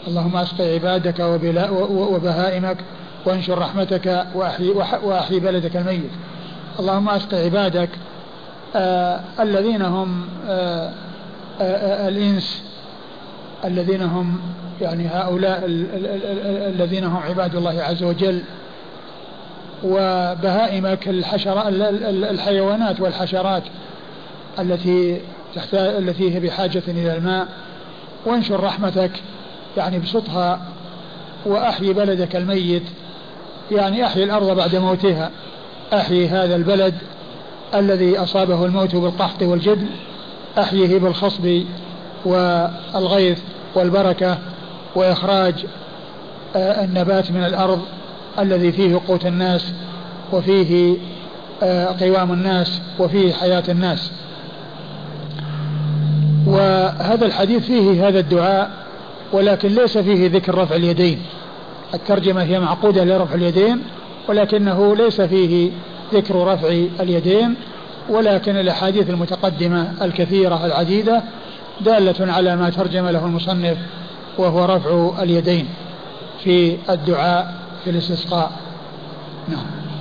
اللهم اسق عبادك وبهائمك وانشر رحمتك وأحيي بلدك الميت. اللهم اسق عبادك الذين هم الإنس الذين هم يعني هؤلاء الذين هم عباد الله عز وجل، وبهائمك الحيوانات والحشرات التي هي بحاجة إلى الماء. وانشر رحمتك يعني بسطها، وأحيي بلدك الميت يعني أحيي الأرض بعد موتها، أحيي هذا البلد الذي أصابه الموت بالقحط والجدب، أحييه بالخصب والغيث والبركة وإخراج النبات من الأرض الذي فيه قوت الناس وفيه قوام الناس وفيه حياة الناس. وهذا الحديث فيه هذا الدعاء، ولكن ليس فيه ذكر رفع اليدين. الترجمة هي معقودة لرفع اليدين، ولكنه ليس فيه ذكر رفع اليدين، ولكن الأحاديث المتقدمة الكثيرة العديدة دالة على ما ترجم له المصنف، وهو رفع اليدين في الدعاء في الاستسقاء. نعم.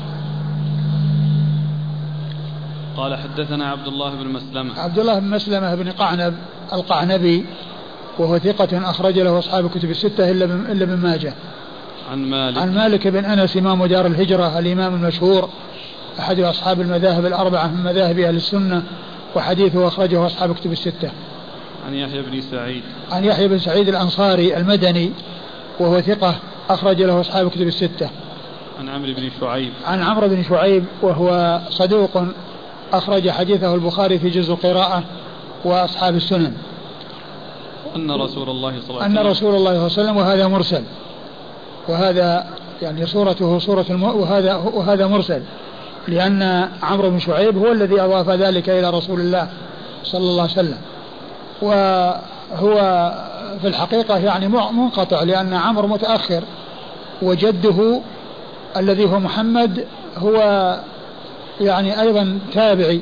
قال حدثنا عبد الله بن مسلمة. عبد الله بن مسلمة بن قعنب القعنبي، وهو ثقة أخرج له أصحاب الكتب الستة إلا ابن ماجه. عن مالك بن أنس إمام دار الهجرة الإمام المشهور أحد أصحاب المذاهب الأربعة من مذاهب أهل السنة، وحديثه أخرجه أصحاب الكتب الستة. عن يحيى بن سعيد. عن يحيى بن سعيد الأنصاري المدني، وهو ثقة أخرج له أصحاب الكتب الستة. عن عمرو بن شعيب. عن عمرو بن شعيب، وهو صدوق أخرج حديثه البخاري في جزء القراءة وأصحاب السنن. أن رسول الله صلى الله عليه وسلم وهذا مرسل، وهذا يعني صورته وهذا مرسل، لأن عمرو بن شعيب هو الذي أضاف ذلك إلى رسول الله صلى الله عليه وسلم، وهو في الحقيقة يعني منقطع، لأن عمرو متأخر، وجده الذي هو محمد هو يعني أيضا تابعي.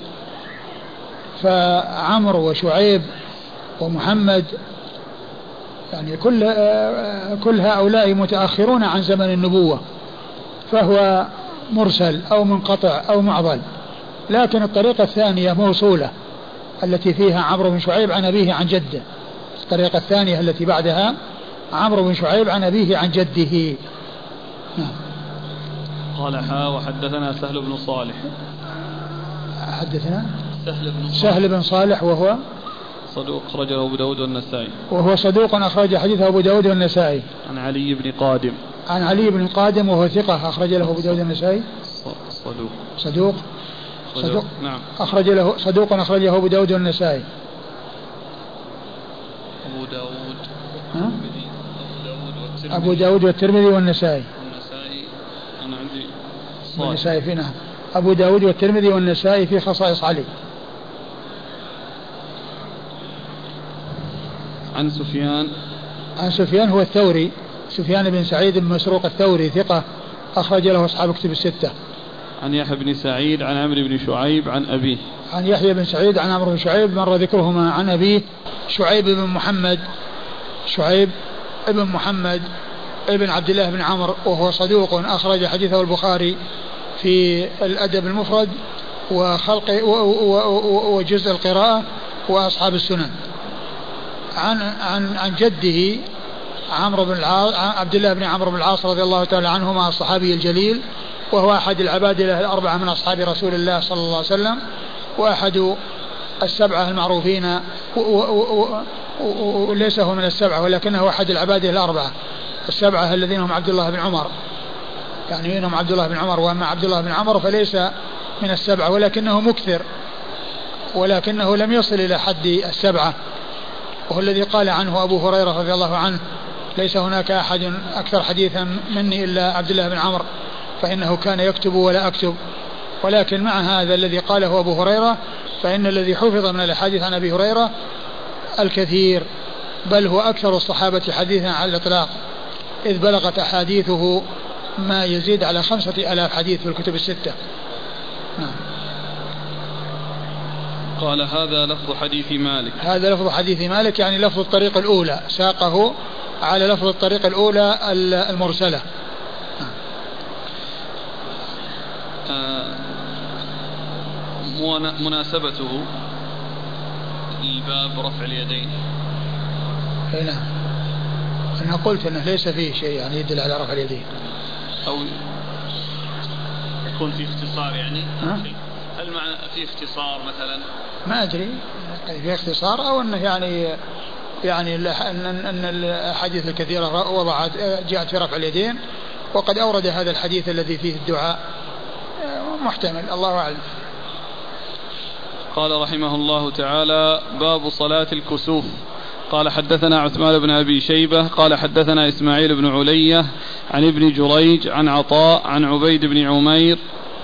فعمرو وشعيب ومحمد يعني كل هؤلاء متأخرون عن زمن النبوة، فهو مرسل أو منقطع أو معضل. لكن الطريقة الثانية موصولة التي فيها عمرو بن شعيب عن أبيه عن جده. الطريقة الثانية التي بعدها عمرو بن شعيب عن أبيه عن جده. قال وحدثنا سهل بن صالح. حدثنا سهل بن صالح وهو صدوق أخرجه أبو داود والنسائي. وهو صدوق أخرج حديثه أبو داود والنسائي. عن علي بن قادم. عن علي بن قادم، وهو ثقة أخرج له أبو داود والنسائي. صدوق نعم. صدوق أخرجه أبو داود والنسائي. أبو داود والترمذي والنسائي. أنا عندي والنسائي في نعم. أبو داود والترمذي والنسائي في خصائص علي. عن سفيان هو الثوري، سفيان بن سعيد بن مسروق الثوري ثقة أخرج له أصحاب الكتب الستة. عن يحيى بن سعيد عن عمرو بن شعيب عن أبيه. عن يحيى بن سعيد عن عمرو بن شعيب مر ذكرهما. عن أبيه شعيب بن محمد ابن عبد الله بن عمرو، وهو صدوق أخرج حديثه البخاري في الأدب المفرد وجزء القراءة وأصحاب السنن. عن جده عبد الله بن عمرو بن العاص رضي الله تعالى عنهما الصحابي الجليل، وهو أحد العبادلة الأربعة من أصحاب رسول الله صلى الله عليه وسلم، وأحد السبعة المعروفين، وليس هو من السبعة ولكنه أحد العبادلة الأربعة السبعة الذين هم عبد الله بن عمر، يعني منهم عبد الله بن عمر، وأما عبد الله بن عمر فليس من السبعة ولكنه مكثر، ولكنه لم يصل إلى حد السبعة، وهو الذي قال عنه أبو هريرة رضي الله عنه: ليس هناك أحد أكثر حديثا مني إلا عبد الله بن عمر، فإنه كان يكتب ولا أكتب. ولكن مع هذا الذي قاله أبو هريرة، فإن الذي حفظ من الأحاديث عن أبي هريرة الكثير، بل هو أكثر الصحابة حديثا على الإطلاق، إذ بلغت أحاديثه ما يزيد على 5000 حديث في الكتب الستة. قال هذا لفظ حديث مالك. هذا لفظ حديث مالك، يعني لفظ الطريق الأولى، ساقه على لفظ الطريق الأولى المرسلة. مناسبته الباب رفع اليدين. هنا أنا قلت أنه ليس فيه شيء يعني يدل على رفع اليدين، أو يكون في اختصار يعني. هل معنى في اختصار مثلا؟ ما أدري في اختصار أو أنه يعني أن الأحاديث الكثيرة وضعت جاءت في رفع اليدين، وقد أورد هذا الحديث الذي فيه الدعاء، محتمل، الله أعلم. قال رحمه الله تعالى: باب صلاة الكسوف. قال حدثنا عثمان بن أبي شيبة قال حدثنا إسماعيل بن علية عن ابن جريج عن عطاء عن عبيد بن عمير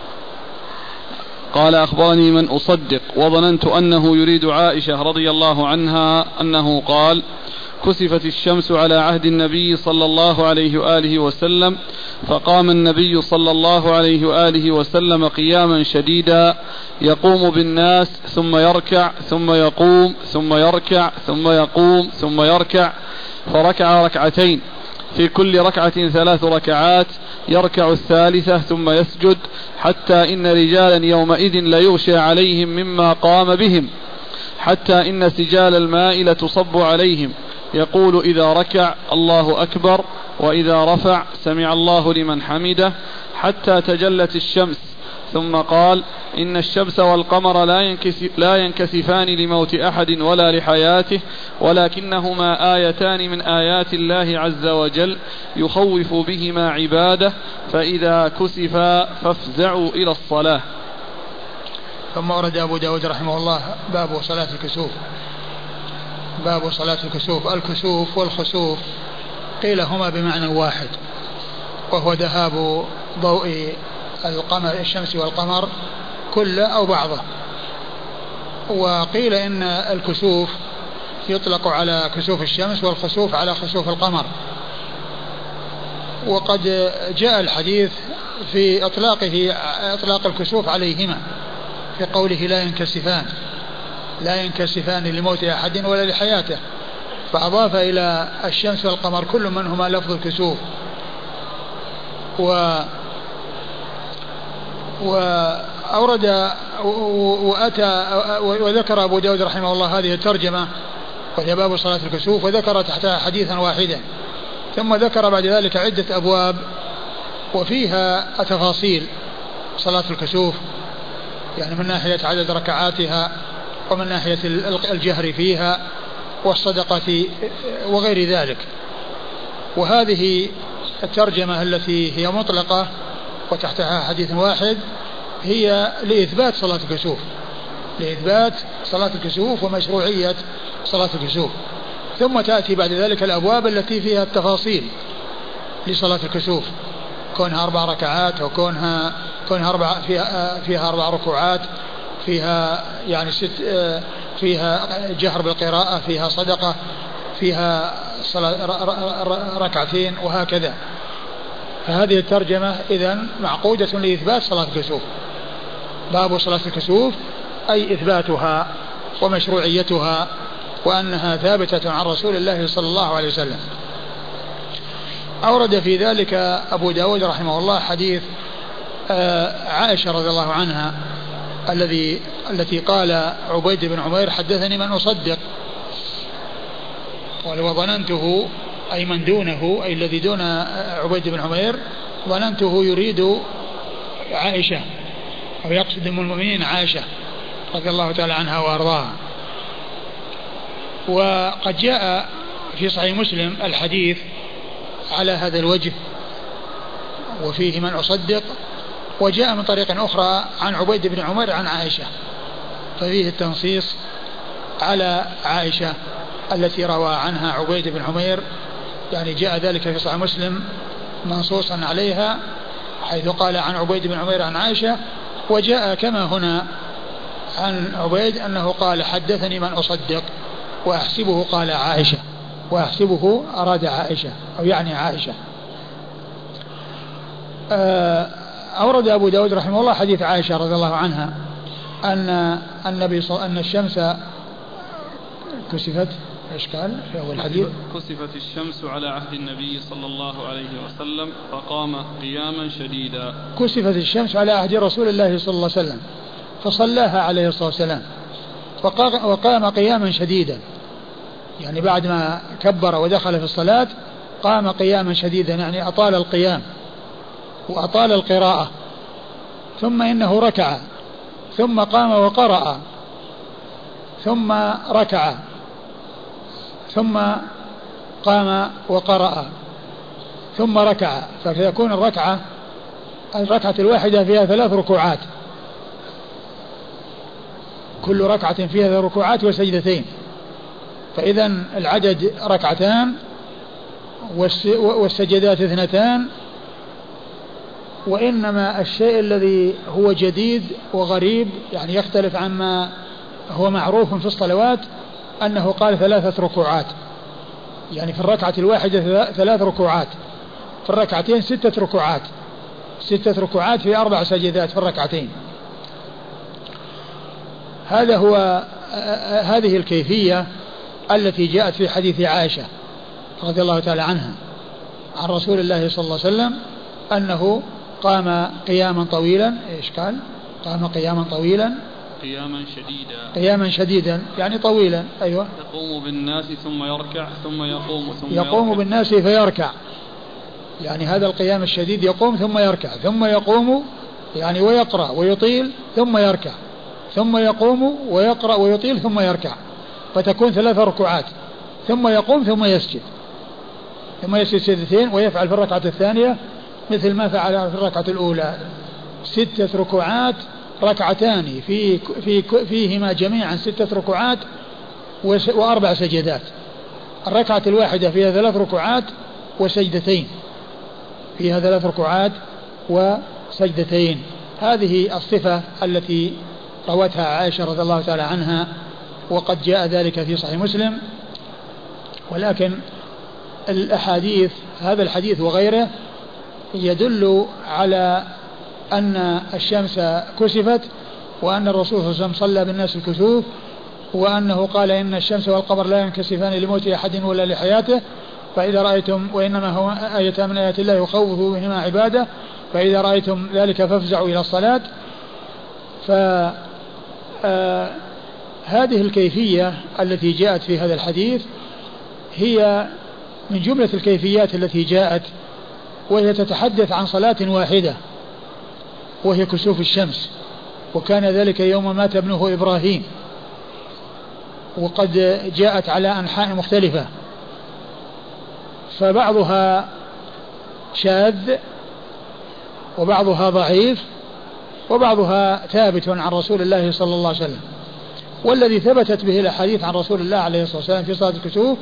قال: أخبرني من أصدق وظننت أنه يريد عائشة رضي الله عنها أنه قال: كسفت الشمس على عهد النبي صلى الله عليه وآله وسلم، فقام النبي صلى الله عليه وآله وسلم قياما شديدا يقوم بالناس ثم يركع ثم يقوم ثم يركع ثم يقوم ثم يركع، فركع ركعتين، في كل ركعة 3 ركعات، يركع الثالثة ثم يسجد، حتى إن رجالا يومئذ ليغشى عليهم مما قام بهم، حتى إن سجال الماء لتصب عليهم، يقول إذا ركع: الله أكبر، وإذا رفع: سمع الله لمن حمده، حتى تجلت الشمس، ثم قال: إن الشمس والقمر لا ينكسفان لموت أحد ولا لحياته، ولكنهما آيتان من آيات الله عز وجل يخوف بهما عباده، فإذا كسفا فافزعوا إلى الصلاة. ثم ورد أبو داود رحمه الله باب صلاة الكسوف. باب صلاة الكسوف. الكسوف والخسوف قيل هما بمعنى واحد، وهو ذهاب ضوء القمر الشمس والقمر كله أو بعضه. وقيل إن الكسوف يطلق على كسوف الشمس والخسوف على خسوف القمر. وقد جاء الحديث في إطلاق الكسوف عليهما في قوله لا ينكسفان لموت أحد ولا لحياته، فأضاف إلى الشمس والقمر كل منهما لفظ الكسوف. وأورد وذكر أبو داود رحمه الله هذه الترجمة وهي باب صلاة الكسوف، وذكر تحتها حديثا واحدا، ثم ذكر بعد ذلك عدة أبواب وفيها تفاصيل صلاة الكسوف، يعني من ناحية عدد ركعاتها، ومن ناحية الجهر فيها، والصدقة وغير ذلك. وهذه الترجمة التي هي مطلقة وتحتها حديث واحد هي لإثبات صلاة الكسوف ومشروعية صلاة الكسوف. ثم تأتي بعد ذلك الأبواب التي فيها التفاصيل لصلاة الكسوف، كونها 4 ركعات، وكونها فيها 4 ركوعات، فيها يعني فيها جهر بالقراءة، فيها صدقة، فيها ركعتين، وهكذا. فهذه الترجمة إذن معقودة لإثبات صلاة الكسوف. باب صلاة الكسوف أي إثباتها ومشروعيتها، وأنها ثابتة عن رسول الله صلى الله عليه وسلم. أورد في ذلك أبو داود رحمه الله حديث عائشة رضي الله عنها التي قال عبيد بن عمير: حدثني من أصدق، وظننته أي من دونه، أي الذي دون عبيد بن عمير، ظننته يريد عائشة أو يقصد أم المؤمنين عائشة رضي الله تعالى عنها وأرضاها. وقد جاء في صحيح مسلم الحديث على هذا الوجه وفيه من أصدق، وجاء من طريق أخرى عن عبيد بن عمير عن عائشة، ففيه التنصيص على عائشة التي روى عنها عبيد بن عمير، يعني جاء ذلك في صحيح مسلم منصوصا عليها، حيث قال عن عبيد بن عمير عن عائشة. وجاء كما هنا عن عبيد أنه قال: حدثني من أصدق، وأحسبه قال عائشة، وأحسبه أراد عائشة أو يعني عائشة. أورد أبو داود رحمه الله حديث عائشة رضي الله عنها أن النبي أن الشمس كسفت إيش قال في أول الحديث؟ كسفت الشمس على عهد النبي صلى الله عليه وسلم فقام قياما شديدا. كسفت الشمس على عهد رسول الله صلى الله عليه وسلم فصلاها عليه الصلاة والسلام وقام قياما شديدا، يعني بعد ما كبر ودخل في الصلاة قام قياما شديدا، يعني أطال القيام وأطال القراءة. ثم إنه ركع ثم قام وقرأ ثم ركع ثم قام وقرأ ثم ركع، فيكون الركعة الواحدة فيها 3 ركوعات، كل ركعة فيها 3 ركوعات وسجدتين، فإذا العدد 2 والسجدات 2. وإنما الشيء الذي هو جديد وغريب يعني يختلف عما هو معروف في الصلوات أنه قال 3 ركوعات، يعني في الركعة الواحدة 3 ركوعات، في الركعتين 6 ركوعات، 6 ركوعات في 4 سجدات في الركعتين. هذه الكيفية التي جاءت في حديث عائشة رضي الله تعالى عنها عن رسول الله صلى الله عليه وسلم أنه قام قياما طويلا. إيش قال؟ قام قياما طويلا قياما شديدا يعني طويلا. أيوة. يقوم بالناس ثم يركع ثم يقوم ثم يقوم بالناس فيركع، يعني هذا القيام الشديد يقوم ثم يركع ثم يقوم يعني ويقرأ ويطيل ثم يركع ثم يقوم ويقرأ ويطيل ثم يركع، فتكون 3 ركوعات، ثم يقوم ثم يسجد سجدتين، ويفعل في الركعة الثانية مثل ما فعل في الركعة الأولى، 6 ركوعات، ركعتان فيهما جميعا 6 ركوعات و4 سجدات. الركعة الواحدة فيها 3 ركوعات وسجدتين، فيها 3 ركوعات وسجدتين. هذه الصفة التي روتها عائشة رضي الله تعالى عنها، وقد جاء ذلك في صحيح مسلم. ولكن الأحاديث، هذا الحديث وغيره، يدل على أن الشمس كسفت، وأن الرسول صلى الله عليه وسلم صلى بالناس الكسوف، وأنه قال إن الشمس والقمر لا ينكسفان لموت أحد ولا لحياته، فإذا رأيتم، وإنما هو آية من آيات الله يخوف بهما عباده، فإذا رأيتم ذلك فافزعوا إلى الصلاة. هذه الكيفية التي جاءت في هذا الحديث هي من جملة الكيفيات التي جاءت، وهي تتحدث عن صلاة واحدة وهي كسوف الشمس، وكان ذلك يوم مات ابنه إبراهيم، وقد جاءت على أنحاء مختلفة، فبعضها شاذ وبعضها ضعيف وبعضها ثابت عن رسول الله صلى الله عليه وسلم. والذي ثبتت به الأحاديث عن رسول الله عليه الصلاة والسلام في صلاة الكسوف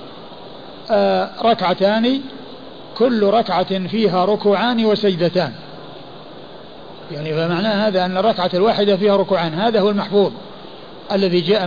2 كل ركعة فيها ركوعان وسجدتان، يعني فمعنى هذا أن الركعة الواحدة فيها ركوعان. هذا هو المحفوظ الذي جاء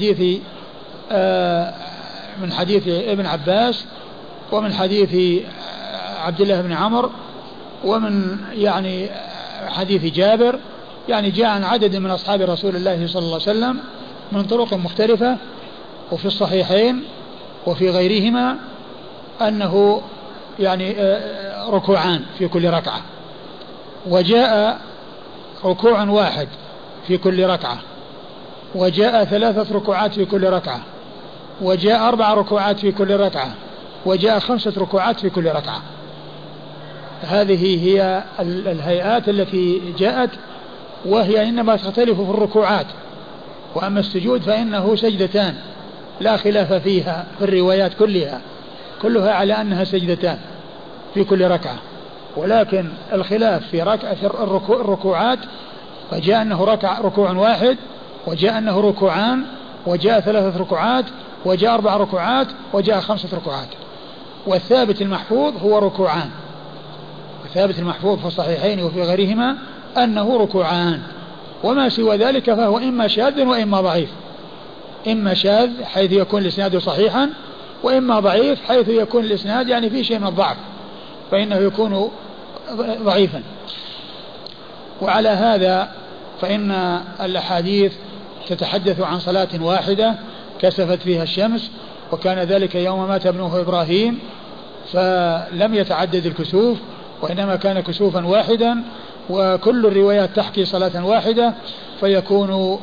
من حديث ابن عباس، ومن حديث عبد الله بن عمرو، ومن يعني حديث جابر، يعني جاء عن عدد من أصحاب رسول الله صلى الله عليه وسلم من طرق مختلفة، وفي الصحيحين وفي غيرهما أنه يعني ركوعان في كل ركعة، وجاء ركوع واحد في كل ركعة، وجاء 3 ركوعات في كل ركعة، وجاء 4 ركوعات في كل ركعة، وجاء 5 ركوعات في كل ركعة. هذه هي الهيئات التي جاءت، وهي إنما تختلف في الركوعات، وأما السجود فإنه سجدتان لا خلاف فيها في الروايات كلها على أنها سجدتان في كل ركعة، ولكن الخلاف في الركوعات، فجاء أنه ركوع واحد، وجاء أنه ركوعان، وجاء 3 ركوعات، وجاء 4 ركوعات، وجاء 5 ركوعات. والثابت المحفوظ هو ركوعان، الثابت المحفوظ في الصحيحين وفي غيرهما أنه ركوعان، وما سوى ذلك فهو إما شاذ وإما ضعيف، إما شاذ حيث يكون الإسناد صحيحا، وإما ضعيف حيث يكون الإسناد يعني فيه شيء من الضعف فإنه يكون ضعيفا. وعلى هذا فإن الأحاديث تتحدث عن صلاة واحدة كسفت فيها الشمس، وكان ذلك يوم مات ابنه إبراهيم، فلم يتعدد الكسوف وإنما كان كسوفا واحدا، وكل الروايات تحكي صلاة واحدة، فيكون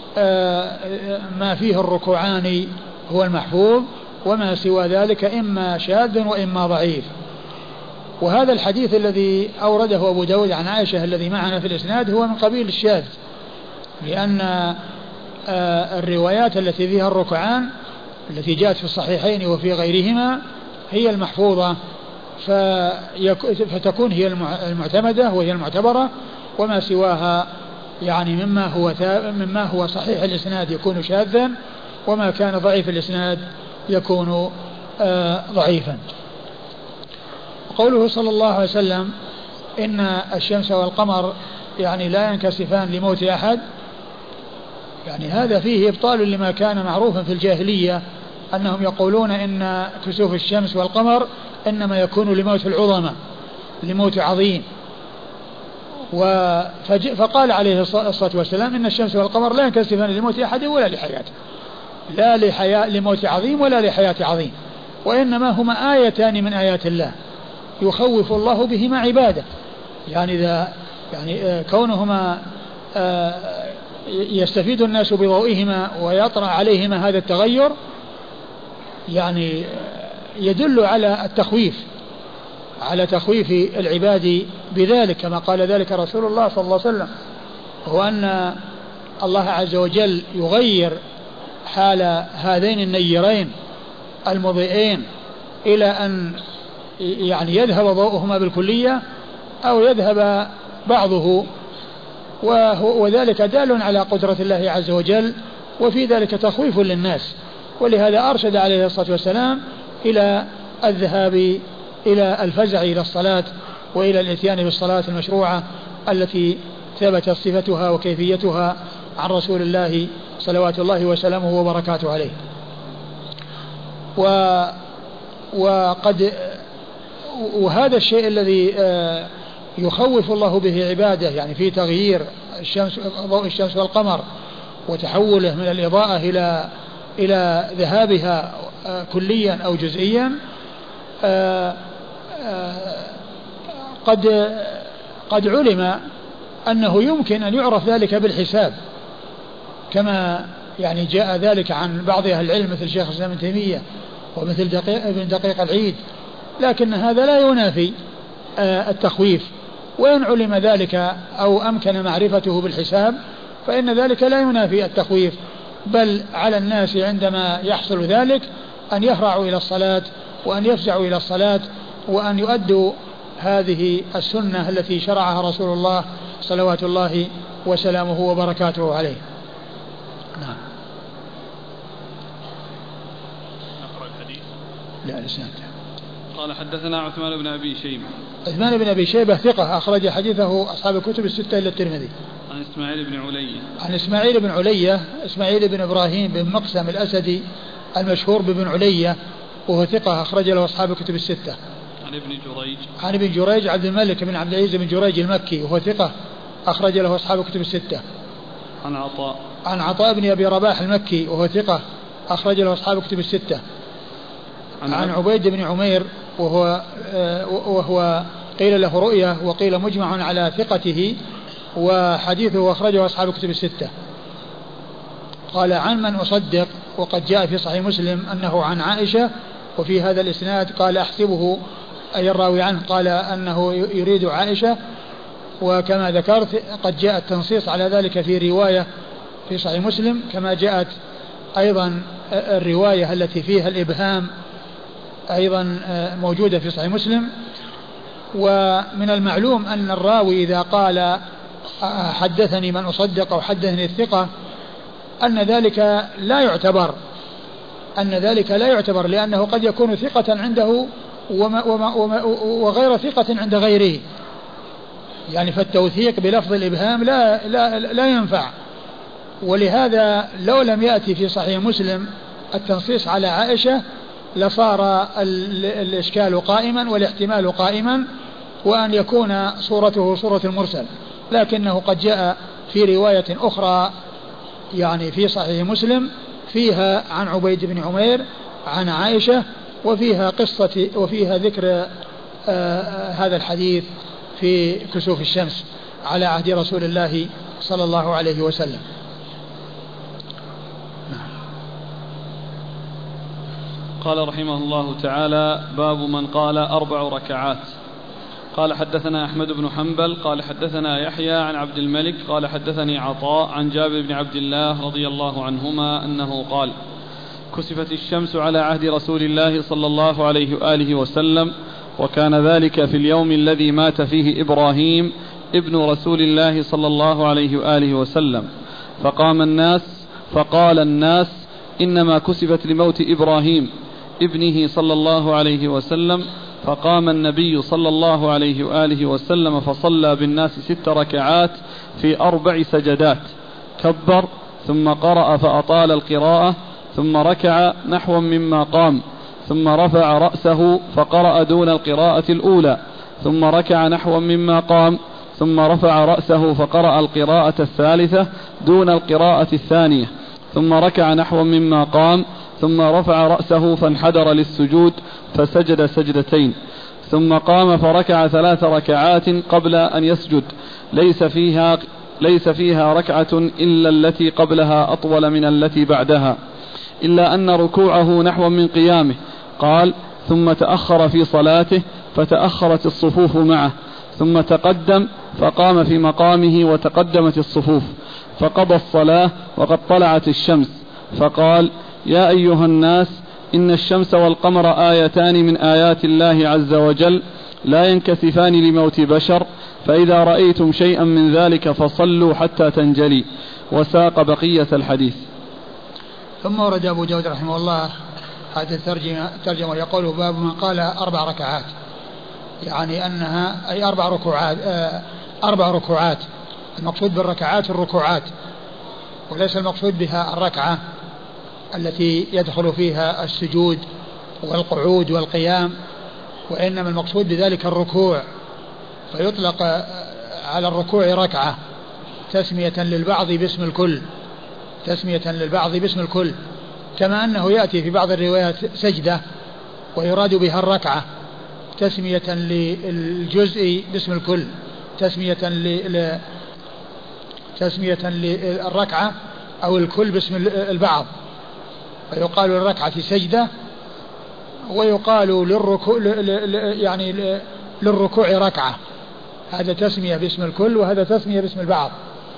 ما فيه الركوعان هو المحفوظ، وما سوى ذلك إما شاذ وإما ضعيف. وهذا الحديث الذي أورده أبو داود عن عائشة الذي معنا في الإسناد هو من قبيل الشاذ، لأن الروايات التي فيها الركعان التي جاءت في الصحيحين وفي غيرهما هي المحفوظة، فتكون هي المعتمدة وهي المعتبرة، وما سواها يعني مما هو صحيح الإسناد يكون شاذا، وما كان ضعيف الإسناد يكون ضعيفا. قوله صلى الله عليه وسلم إن الشمس والقمر يعني لا ينكسفان لموت أحد، يعني هذا فيه إبطال لما كان معروفا في الجاهلية، أنهم يقولون إن كسوف الشمس والقمر إنما يكون لموت العظمى، لموت عظيم. فقال عليه الصلاة والسلام إن الشمس والقمر لا ينكسفان لموت أحد ولا لحياته، لا لموت عظيم ولا لحياة عظيم، وإنما هما آيتان من آيات الله يخوف الله بهما عباده. يعني كونهما يستفيد الناس بضوئهما ويطرأ عليهما هذا التغير يعني يدل على التخويف، على تخويف العباد بذلك، كما قال ذلك رسول الله صلى الله عليه وسلم، هو أن الله عز وجل يغير حال هذين النيرين المضيئين إلى أن يعني يذهب ضوءهما بالكلية أو يذهب بعضه، وذلك دال على قدرة الله عز وجل، وفي ذلك تخويف للناس. ولهذا أرشد عليه الصلاة والسلام إلى الذهاب إلى الفزع إلى الصلاة وإلى الاتيان بالصلاة المشروعة التي ثبتت صفتها وكيفيتها عن رسول الله صلوات الله وسلامه وبركاته عليه. وهذا الشيء الذي يخوف الله به عباده يعني في تغيير ضوء الشمس والقمر وتحوله من الإضاءة إلى ذهابها كليا أو جزئيا، قد علم أنه يمكن أن يعرف ذلك بالحساب، كما يعني جاء ذلك عن بعض أهل العلم مثل شيخ الإسلام ابن تيمية ومثل ابن دقيق العيد، لكن هذا لا ينافي التخويف. وإن علم ذلك أو أمكن معرفته بالحساب فإن ذلك لا ينافي التخويف، بل على الناس عندما يحصل ذلك أن يهرعوا إلى الصلاة وأن يفزعوا إلى الصلاة وأن يؤدوا هذه السنة التي شرعها رسول الله صلوات الله وسلامه وبركاته عليه. نعم. نقرأ الحديث. لا لسانته. قال حدثنا عثمان بن أبي شيبة. عثمان بن أبي شيبة ثقة أخرج حديثه أصحاب الكتب الستة إلا الترمذي. عن إسماعيل بن علية. عن إسماعيل بن علية، إسماعيل بن إبراهيم بن مقسم الأسدي المشهور بابن علية، وهو ثقة أخرج له أصحاب الكتب الستة. عن ابن جريج. عن ابن جريج عبد الملك بن عبد العزيز بن جريج المكي، وهو ثقة أخرج له أصحاب الكتب الستة. عن عطاء. عن عطاء بن أبي رباح المكي، وهو ثقة أخرج له أصحاب الكتب الستة. عن عبيد بن عمير وهو قيل له رؤية وقيل مجمع على ثقته، وحديثه أخرجه أصحاب الكتب الستة. قال عن من أصدق، وقد جاء في صحيح مسلم أنه عن عائشة، وفي هذا الإسناد قال أحسبه أي الراوي عنه قال أنه يريد عائشة، وكما ذكرت قد جاء التنصيص على ذلك في رواية في صحيح مسلم، كما جاءت أيضا الرواية التي فيها الإبهام أيضا موجودة في صحيح مسلم. ومن المعلوم أن الراوي إذا قال حدثني من أصدق أو حدثني الثقة أن ذلك لا يعتبر، لأنه قد يكون ثقة عنده وغير ثقة عند غيره، يعني فالتوثيق بلفظ الإبهام لا ينفع. ولهذا لو لم يأتي في صحيح مسلم التنصيص على عائشة لصار الإشكال قائما والاحتمال قائما، وأن يكون صورته صورة المرسل، لكنه قد جاء في رواية أخرى يعني في صحيح مسلم فيها عن عبيد بن عمير عن عائشة وفيها ذكر هذا الحديث في كسوف الشمس على عهد رسول الله صلى الله عليه وسلم. قال رحمه الله تعالى: باب من قال 4 ركعات. قال حدثنا أحمد بن حنبل قال حدثنا يحيى عن عبد الملك قال حدثني عطاء عن جابر بن عبد الله رضي الله عنهما أنه قال: كسفت الشمس على عهد رسول الله صلى الله عليه وآله وسلم، وكان ذلك في اليوم الذي مات فيه إبراهيم ابن رسول الله صلى الله عليه وآله وسلم، فقال الناس إنما كسفت لموت إبراهيم ابنه صلى الله عليه وسلم. فقام النبي صلى الله عليه وآله وسلم فصلى بالناس 6 ركعات في 4 سجدات، كبر ثم قرأ فأطال القراءة، ثم ركع نحو مما قام، ثم رفع رأسه فقرأ دون القراءة الأولى، ثم ركع نحو مما قام، ثم رفع رأسه فقرأ القراءة الثالثة دون القراءة الثانية، ثم ركع نحو مما قام، ثم رفع رأسه فانحدر للسجود فسجد سجدتين، ثم قام فركع 3 ركعات قبل أن يسجد، ليس فيها ركعة إلا التي قبلها أطول من التي بعدها، إلا أن ركوعه نحو من قيامه. قال: ثم تأخر في صلاته فتأخرت الصفوف معه، ثم تقدم فقام في مقامه وتقدمت الصفوف، فقضى الصلاة وقد طلعت الشمس، فقال: يا أيها الناس، إن الشمس والقمر آيتان من آيات الله عز وجل لا ينكسفان لموت بشر، فإذا رأيتم شيئا من ذلك فصلوا حتى تنجلي. وساق بقية الحديث. ثم ورد أبو داود رحمه الله هذه الترجمة يقول: باب من قال 4 ركعات، يعني أنها أي 4 ركوعات. المقصود بالركعات الركوعات، وليس المقصود بها الركعة التي يدخل فيها السجود والقعود والقيام، وإنما المقصود بذلك الركوع، فيطلق على الركوع ركعة تسمية للبعض باسم الكل، كما أنه يأتي في بعض الروايات سجدة ويراد بها الركعة تسمية للجزء باسم الكل، تسمية للركعة أو الكل باسم البعض، فيقال للركعة سجدة، ويقال للركوع ركعة، هذا تسمية باسم الكل وهذا تسمية باسم البعض.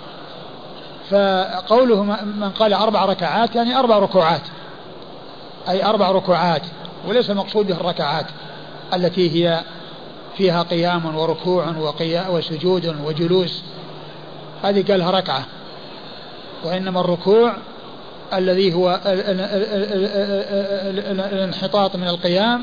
فقوله من قال 4 ركعات يعني 4 ركوعات، أي 4 ركوعات، وليس المقصود به الركعات التي هي فيها قيام وركوع وسجود وجلوس، هذه قالها ركعة، وإنما الركوع الذي هو الانحطاط من القيام،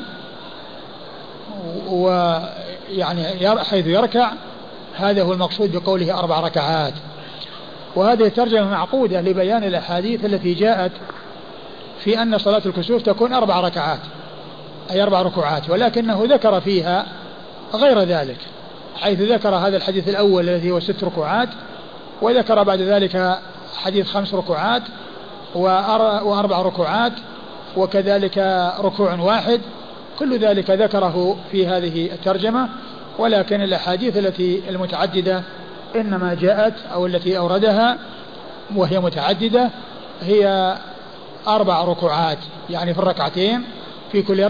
ويعني حيث يركع، هذا هو المقصود بقوله 4 ركعات. وهذه ترجمة معقودة لبيان الأحاديث التي جاءت في أن صلاة الكسوف تكون 4 ركعات أي 4 ركوعات، ولكنه ذكر فيها غير ذلك، حيث ذكر هذا الحديث الأول الذي هو 6 ركوعات، وذكر بعد ذلك حديث 5 ركوعات و4 ركوعات، وكذلك ركوع واحد، كل ذلك ذكره في هذه الترجمة. ولكن الأحاديث التي المتعددة إنما جاءت أو التي أوردها وهي متعددة هي 4 ركوعات، يعني في الركعتين في كل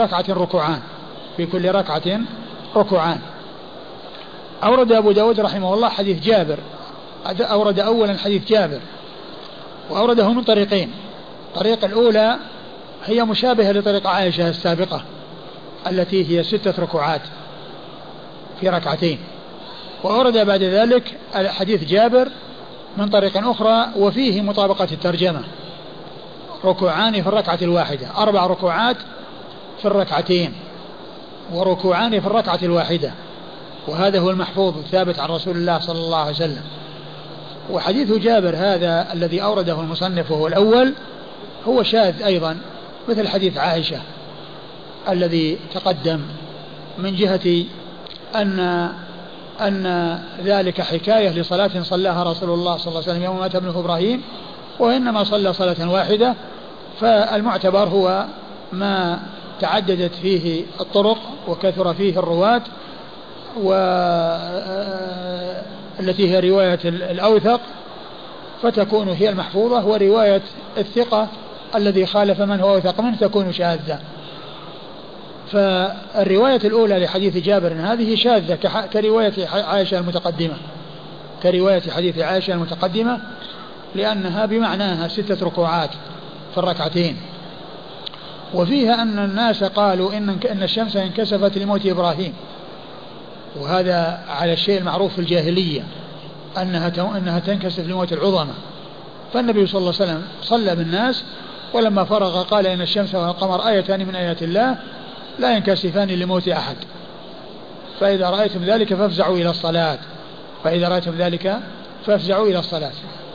ركعة ركوعان. أورد أبو داود رحمه الله حديث جابر، أورد أولا حديث جابر وأورده من طريقين. الطريقة الأولى هي مشابهة لطريق عائشة السابقة التي هي 6 ركوعات في ركعتين، وأورد بعد ذلك حديث جابر من طريق أخرى وفيه مطابقة الترجمة، 2 ركوعان في الركعة الواحدة، 4 ركوعات في الركعتين و2 ركوعان في الركعة الواحدة، وهذا هو المحفوظ الثابت عن رسول الله صلى الله عليه وسلم. وحديث جابر هذا الذي أورده المصنف وهو الأول هو شاذ أيضا مثل حديث عائشة الذي تقدم، من جهة أن ذلك حكاية لصلاة صلاها رسول الله صلى الله عليه وسلم يوم مات ابنه إبراهيم، وإنما صلى صلاة واحدة، فالمعتبر هو ما تعددت فيه الطرق وكثر فيه الرواة والتي هي رواية الأوثق فتكون هي المحفوظة، ورواية الثقة الذي خالف من هو أوثق منه تكون شاذة. فالرواية الأولى لحديث جابر هذه شاذة كرواية عائشة المتقدمة، كرواية حديث عائشة المتقدمة، لأنها بمعناها 6 ركوعات في الركعتين. وفيها أن الناس قالوا إن الشمس انكسفت لموت إبراهيم، وهذا على الشيء المعروف في الجاهلية أنها تنكسف لموت العظمى. فالنبي صلى الله عليه وسلم صلى بالناس، ولما فرغ قال إن الشمس والقمر آيتان من آيات الله لا ينكسفان لموت أحد، فإذا رأيتم ذلك فافزعوا إلى الصلاة، فإذا رأيتم ذلك فافزعوا إلى الصلاة.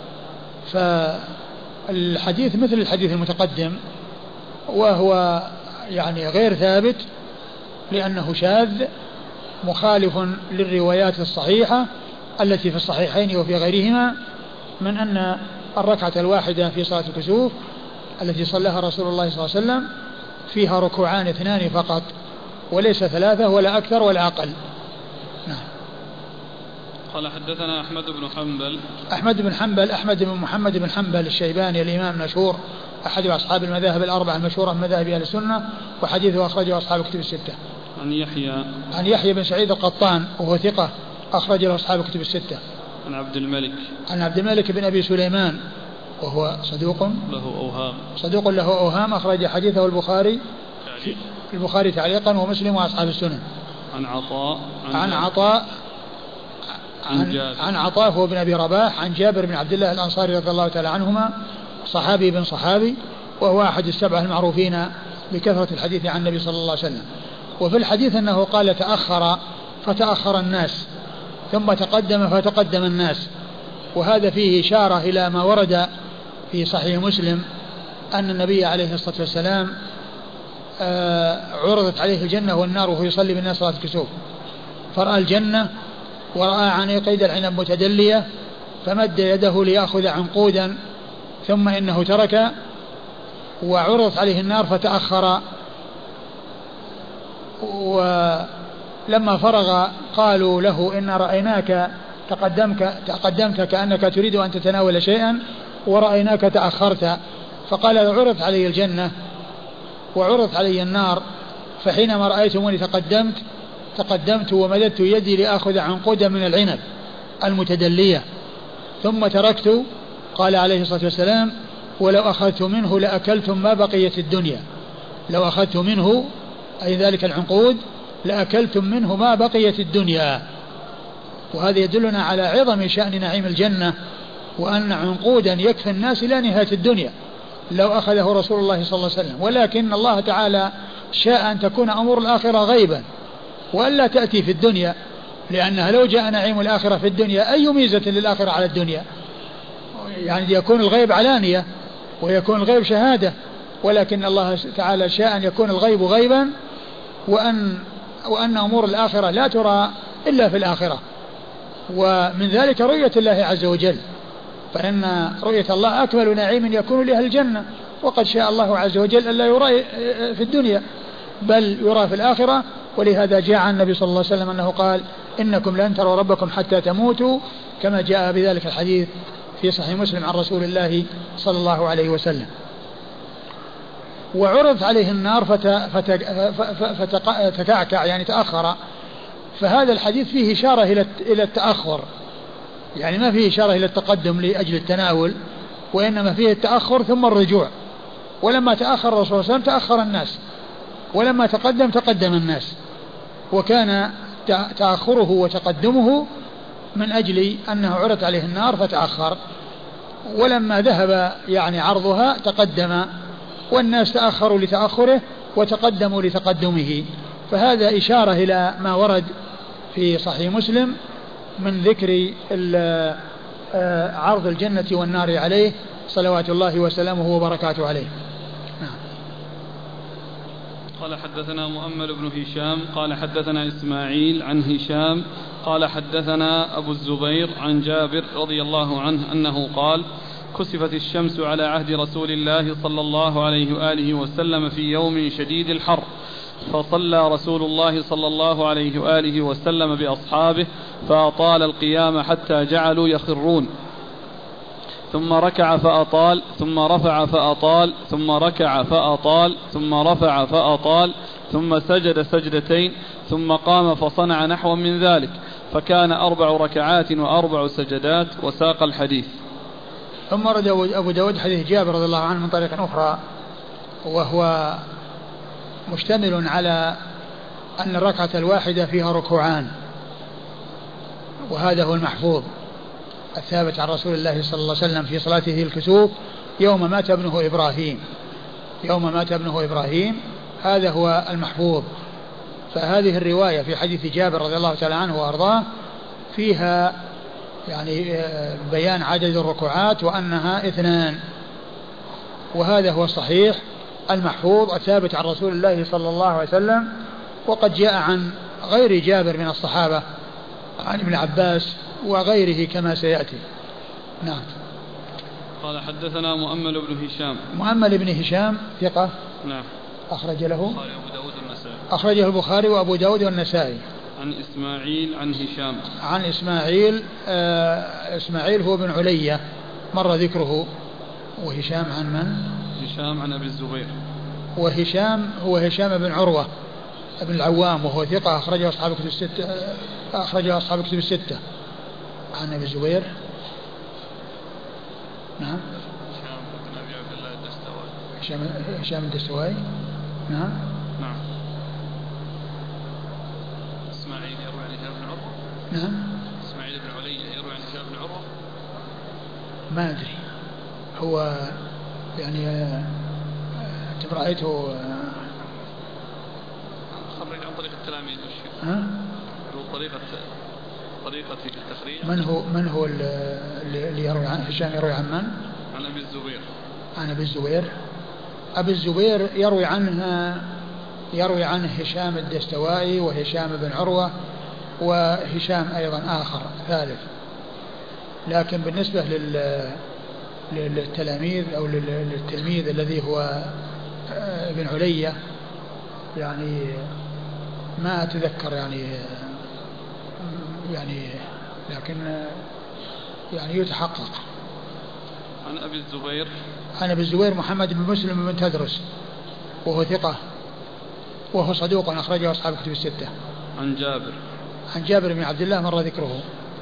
فالحديث مثل الحديث المتقدم، وهو يعني غير ثابت لأنه شاذ مخالف للروايات الصحيحة التي في الصحيحين وفي غيرهما من أن الركعة الواحدة في صلاة الكسوف التي صلاها رسول الله صلى الله عليه وسلم فيها ركوعان 2 فقط، وليس 3 ولا أكثر ولا أقل. نعم. قال حدثنا أحمد بن حنبل. أحمد بن محمد بن حنبل الشيباني الإمام المشهور أحد أصحاب المذاهب الأربعة المشهورة من مذاهب أهل السنة، وحديثه أخرجه أصحاب الكتب الستة. عن يحيى بن سعيد القطان وهو ثقة أخرج له أصحاب الكتب الستة. عن عبد الملك بن أبي سليمان وهو صدوق له أوهام أخرج حديثه البخاري تعليقا ومسلم وأصحاب السنن. عن عطاء هو بن أبي رباح عن جابر بن عبد الله الأنصاري رضي الله تعالى عنهما، صحابي بن صحابي، وهو أحد السبعة المعروفين بكثرة الحديث عن النبي صلى الله عليه وسلم. وفي الحديث أنه قال فتأخر الناس ثم تقدم فتقدم الناس، وهذا فيه إشارة إلى ما ورد في صحيح مسلم أن النبي عليه الصلاة والسلام عرضت عليه الجنة والنار وهو يصلي بالناس صلاة الكسوف، فرأى الجنة ورأى عنيقيد العنب متدلية فمد يده ليأخذ عنقودا ثم إنه ترك، وعرضت عليه النار فتأخر، ولما فرغ قالوا له إن رأيناك تقدمت كأنك تريد أن تتناول شيئا ورأيناك تأخرت، فقال عرضت علي الجنة وعرضت علي النار، فحينما رأيتموني تقدمت ومددت يدي لأخذ عنقودا من العنب المتدلية ثم تركت. قال عليه الصلاة والسلام ولو أخذت منه لأكلتم ما بقيت الدنيا، لو أخذت منه أي ذلك العنقود لأكلتم منه ما بقيت الدنيا. وهذا يدلنا على عظم شأن نعيم الجنة، وأن عنقودا يكفي الناس إلى نهاية الدنيا لو أخذه رسول الله صلى الله عليه وسلم، ولكن الله تعالى شاء أن تكون أمور الآخرة غيبا وألا تأتي في الدنيا، لأنها لو جاء نعيم الآخرة في الدنيا أي ميزة للآخرة على الدنيا؟ يعني يكون الغيب علانية ويكون الغيب شهادة، ولكن الله تعالى شاء أن يكون الغيب غيبا وأن أمور الآخرة لا ترى إلا في الآخرة، ومن ذلك رؤية الله عز وجل، فإن رؤية الله أكمل نعيم يكون لأهل الجنة، وقد شاء الله عز وجل ألا يرى في الدنيا بل يرى في الآخرة. ولهذا جاء عن النبي صلى الله عليه وسلم أنه قال إنكم لن تروا ربكم حتى تموتوا، كما جاء بذلك الحديث في صحيح مسلم عن رسول الله صلى الله عليه وسلم. وعرض عليه النار فتكعكع يعني تأخر، فهذا الحديث فيه إشارة إلى التأخر، يعني ما فيه إشارة إلى التقدم لأجل التناول، وإنما فيه التأخر ثم الرجوع. ولما تأخر الرسول صلى الله عليه وسلم تأخر الناس، ولما تقدم الناس، وكان تأخره وتقدمه من أجل أنه عرض عليه النار فتأخر، ولما ذهب يعني عرضها تقدم، والناس تأخروا لتأخره وتقدموا لتقدمه. فهذا إشارة إلى ما ورد في صحيح مسلم من ذكر عرض الجنة والنار عليه صلوات الله وسلامه وبركاته عليه. قال حدثنا مؤمل بن هشام قال حدثنا إسماعيل عن هشام قال حدثنا أبو الزبير عن جابر رضي الله عنه أنه قال كسفت الشمس على عهد رسول الله صلى الله عليه وآله وسلم في يوم شديد الحر، فصلى رسول الله صلى الله عليه وآله وسلم بأصحابه فأطال القيام حتى جعلوا يخرون، ثم ركع فأطال، ثم رفع فأطال، ثم ركع فأطال، ثم رفع فأطال، ثم سجد سجدتين، ثم قام فصنع نحو من ذلك، فكان 4 ركعات و4 سجدات. وساق الحديث. ثم رد أبو داود حديث جابر رضي الله عنه من طريق أخرى، وهو مشتمل على أن الركعة الواحدة فيها ركوعان، وهذا هو المحفوظ الثابت عن رسول الله صلى الله عليه وسلم في صلاته الكسوف يوم مات ابنه إبراهيم، يوم مات ابنه إبراهيم، هذا هو المحفوظ. فهذه الرواية في حديث جابر رضي الله تعالى عنه وأرضاه فيها يعني بيان عدد الركوعات وأنها 2، وهذا هو الصحيح المحفوظ الثابت عن رسول الله صلى الله عليه وسلم. وقد جاء عن غير جابر من الصحابة عن ابن عباس وغيره كما سيأتي. نعم. قال حدثنا مؤمل بن هشام. مؤمل بن هشام ثقة. نعم. أخرج له البخاري وأبو داود والنسائي. أخرجه البخاري وأبو داود والنسائي. عن إسماعيل عن هشام. عن إسماعيل إسماعيل هو بن علية مر ذكره. وهشام عن من؟ هشام عن أبي الزبير. وهشام هو هشام بن عروة ابن العوام وهو ثقة أخرجه أصحاب الكتب الستة. أخرجه أصحاب الكتب الستة. عن أبي الزبير. نعم. هشام بن أبي عبد الله الدستوائي. هشام الدستوائي. نعم. نعم. إسماعيل يروي عن هشام بن عروة. نعم. إسماعيل بن علي يروي عن هشام بن عروة. ما أدري هو يعني أنت رأيته خرج عن طريق التلاميذ والشيخ. ها؟ طريقة في التخريج. من هو اللي يروي عن هشام يروي عن من؟ عن أبي الزبير. عن أبي الزبير. أبي الزبير يروي عنه هشام الدستوائي وهشام بن عروة وهشام أيضا آخر ثالث. لكن بالنسبة للتلاميذ أو للتلميذ الذي هو ابن علية يعني ما أتذكر يعني لكن يعني يتحقق. عن أبي الزبير. عن أبي الزبير محمد بن مسلم بن تدرس وهو ثقة وهو صدوق أخرجه أصحاب الكتب الستة. عن جابر بن عبد الله مر ذكره.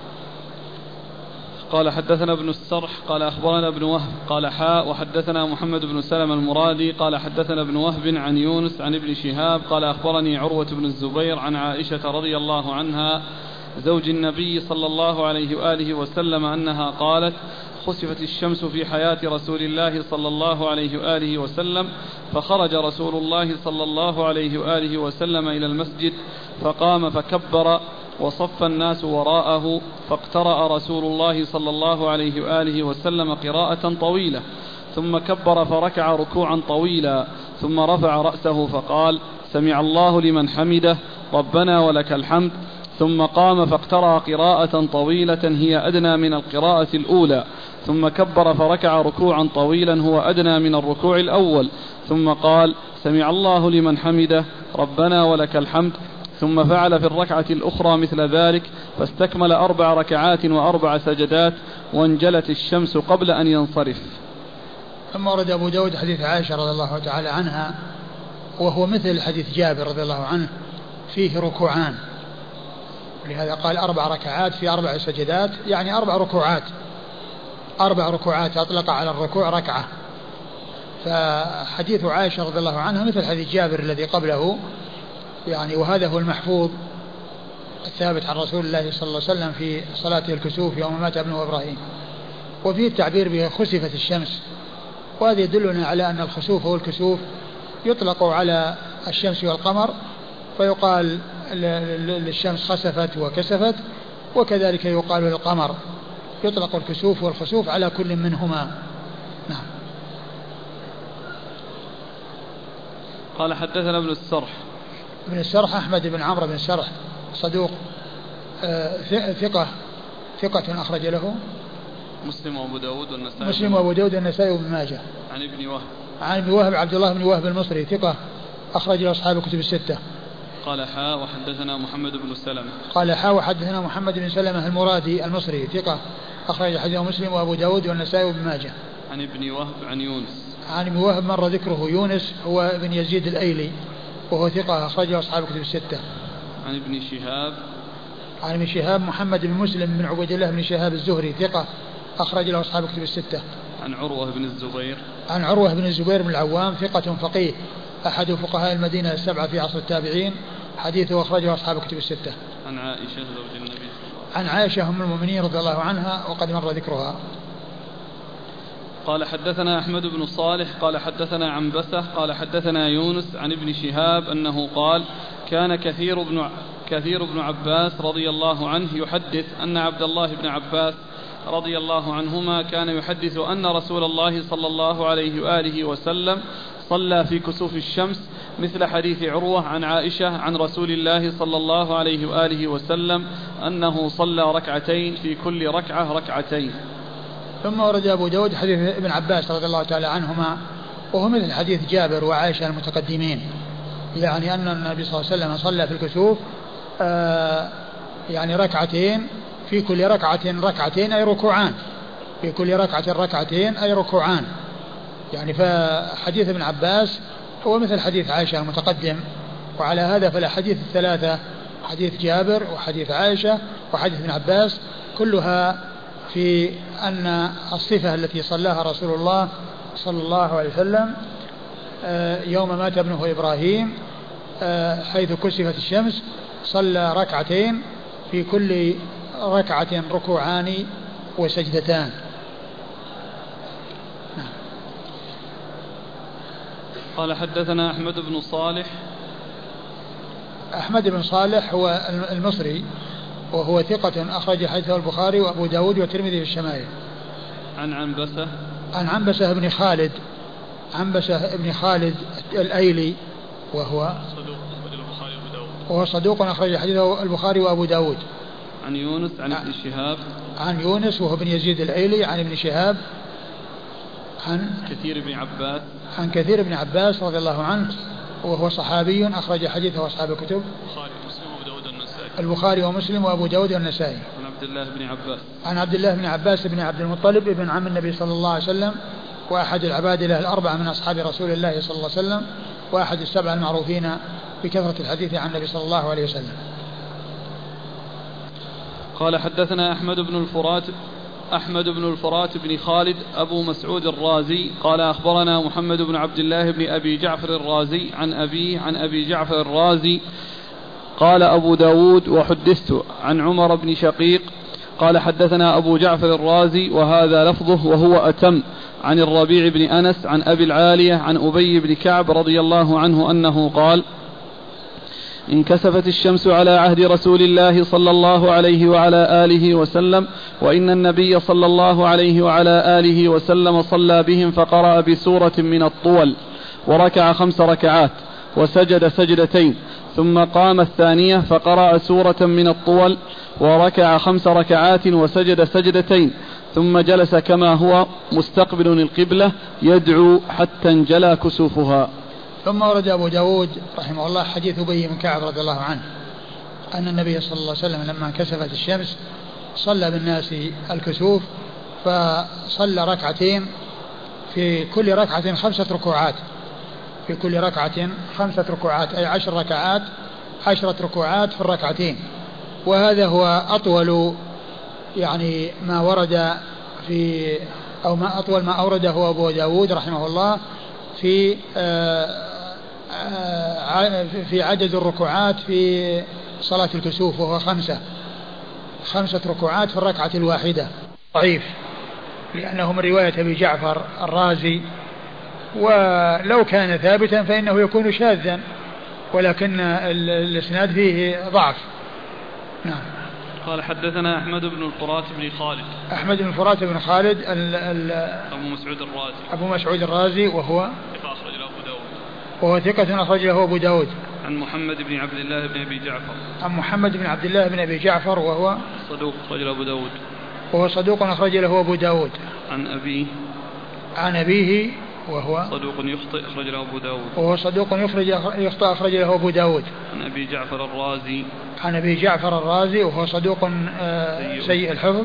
قال حدثنا ابن السرح قال أخبرنا ابن وهب قال حاء وحدثنا محمد بن سلمة المرادي قال حدثنا ابن وهب عن يونس عن ابن شهاب قال أخبرني عروة بن الزبير عن عائشة رضي الله عنها زوج النبي صلى الله عليه وآله وسلم أنها قالت خسفت الشمس في حياة رسول الله صلى الله عليه وآله وسلم، فخرج رسول الله صلى الله عليه وآله وسلم إلى المسجد فقام فكبر وصف الناس وراءه، فاقترأ رسول الله صلى الله عليه وآله وسلم قراءة طويلة، ثم كبر فركع ركوعا طويلا، ثم رفع رأسه فقال سمع الله لمن حمده ربنا ولك الحمد، ثم قام فاقترأ قراءة طويلة هي أدنى من القراءة الأولى، ثم كبر فركع ركوعا طويلا هو أدنى من الركوع الأول، ثم قال سمع الله لمن حمده ربنا ولك الحمد، ثم فعل في الركعة الأخرى مثل ذلك، فاستكمل 4 ركعات و4 سجدات، وانجلت الشمس قبل أن ينصرف. ثم ورد أبو داود حديث عائشة رضي الله تعالى عنها وهو مثل حديث جابر رضي الله عنه فيه ركوعان، لهذا قال 4 ركعات في 4 سجدات، يعني 4 ركوعات، 4 ركوعات أطلق على الركوع ركعة. فحديث عائشة رضي الله عنها مثل حديث جابر الذي قبله يعني، وهذا هو المحفوظ الثابت عن رسول الله صلى الله عليه وسلم في صلاته الكسوف يوم مات ابنه إبراهيم. وفيه التعبير به خسفت الشمس، وهذا يدلنا على أن الخسوف والكسوف يطلق على الشمس والقمر، فيقال للشمس خسفت وكسفت، وكذلك يقال للقمر، يطلق الكسوف والخسوف على كل منهما. نعم. قال حدثنا ابن السرح. ابن السرح أحمد بن عمرو بن السرح صدوق ثقة أخرج له مسلم وأبو داود والنسائي. مسلم وأبو داود والنسائي وابن ماجه. عن ابن وهب. عن ابن وهب عبد الله بن وهب المصري ثقة أخرج له أصحاب الكتب الستة. قال حاء وحدثنا محمد بن سلمة. قال حاء وحدثنا محمد بن سلمة المرادي المصري ثقة أخرج حديثه مسلم وأبو داود والنسائي وابن ماجه. عن ابن وهب عن يونس. عن ابن وهب مر ذكره. يونس هو ابن يزيد الأيلي وهو ثقة أخرج له أصحاب الكتب الستة. عن ابن شهاب. عن ابن شهاب محمد بن مسلم بن عبيد الله بن شهاب الزهري ثقة أخرج له أصحاب الكتب الستة. عن عروة بن الزبير. عن عروة بن الزبير بن العوام ثقة فقيه أحد فقهاء المدينة السبعة في عصر التابعين حديثه أخرجه أصحاب الكتب الستة. عن عائشة زوج النبي. عن عائشة أم المؤمنين رضي الله عنها وقد مر ذكرها. قال حدثنا أحمد بن صالح قال حدثنا عنبسة قال حدثنا يونس عن ابن شهاب أنه قال كان كثير بن عباس رضي الله عنه يحدث أن عبد الله بن عباس رضي الله عنهما كان يحدث أن رسول الله صلى الله عليه وآله وسلم صلى في كسوف الشمس مثل حديث عروة عن عائشة عن رسول الله صلى الله عليه وآله وسلم أنه صلى ركعتين في كل ركعة ركعتين. ثم ورد أبو داود حديث ابن عباس رضي الله تعالى عنهما وهو مثل حديث جابر وعائشة المتقدمين، يعني أن النبي صلى الله عليه وسلم صلى في الكسوف يعني ركعتين في كل ركعة ركعتين أي ركوعان، في كل ركعة ركعتين أي ركوعان. يعني فحديث ابن عباس هو مثل حديث عائشة المتقدم، وعلى هذا فالأحاديث الثلاثة حديث جابر وحديث عائشة وحديث ابن عباس كلها في أن الصفة التي صلاها رسول الله صلى الله عليه وسلم يوم مات ابنه إبراهيم حيث كسفت الشمس صلى ركعتين في كل ركعة ركوعان وسجدتان. قال حدثنا أحمد بن صالح. أحمد بن صالح هو المصري وهو ثقة أخرج حديثه البخاري وأبو داود والترمذي في الشمائل. عن عنبسة. عن عنبسة بن خالد، عنبسة بن خالد الأيلي وهو صدوق أخرج حديثه البخاري وأبو داود. عن يونس عن ابن شهاب. عن يونس وهو بن يزيد الأيلي عن ابن شهاب عن كثير بن عباس. عن كثير بن عباس رضي الله عنه وهو صحابي أخرج حديثه أصحاب الكتب البخاري ومسلم وأبو داود والنسائي. عن عبد الله بن عباس. عن عبد الله بن عباس بن عبد المطلب ابن عم النبي صلى الله عليه وسلم وأحد العباد له الأربعة من أصحاب رسول الله صلى الله عليه وسلم وأحد السبع المعروفين بكثرة الحديث عن النبي صلى الله عليه وسلم. قال حدثنا أحمد بن الفرات بن خالد أبو مسعود الرازي قال أخبرنا محمد بن عبد الله بن أبي جعفر الرازي عن أبيه عن أبي جعفر الرازي قال أبو داود وحدثت عن عمر بن شقيق قال حدثنا أبو جعفر الرازي وهذا لفظه وهو أتم عن الربيع بن أنس عن أبي العالية عن أبي بن كعب رضي الله عنه أنه قال انكسفت الشمس على عهد رسول الله صلى الله عليه وعلى آله وسلم وإن النبي صلى الله عليه وعلى آله وسلم صلى بهم فقرأ بسورة من الطول وركع 5 ركعات وسجد سجدتين ثم قام الثانية فقرأ سورة من الطول وركع 5 ركعات وسجد سجدتين ثم جلس كما هو مستقبل القبلة يدعو حتى انجلى كسوفها. ثم ورد أبو داود رحمه الله حديث أبي بن كعب رضي الله عنه أن النبي صلى الله عليه وسلم لما انكسفت الشمس صلى بالناس الكسوف فصلى ركعتين في كل ركعة 5 ركوعات، في كل ركعة 5 ركوعات أي 10 ركعات 10 ركوعات في الركعتين. وهذا هو أطول يعني ما ورد في أو ما أطول ما أورده أبو داود رحمه الله في عدد الركوعات في صلاة الكسوف وهو 5 ركوعات في الركعة الواحدة. ضعيف لأنه من رواية أبي جعفر الرازي، ولو كان ثابتا فإنه يكون شاذا، ولكن الإسناد فيه ضعف. نعم. قال حدثنا أحمد بن الفرات بن خالد. أحمد بن الفرات بن خالد أبو مسعود الرازي وهو ثقة أخرج له أبو داود. عن محمد بن عبد الله بن أبي جعفر. عن محمد بن عبد الله بن أبي جعفر وهو صدوق أخرج له أبو داود. وهو صدوق أخرج له أبو داود. عن أبيه وهو صدوق يخطئ أخرج له أبو داود. وهو صدوق يخطئ أخرج له أبو داود. عن أبي جعفر الرازي. عن أبي جعفر الرازي وهو صدوق سيء الحفظ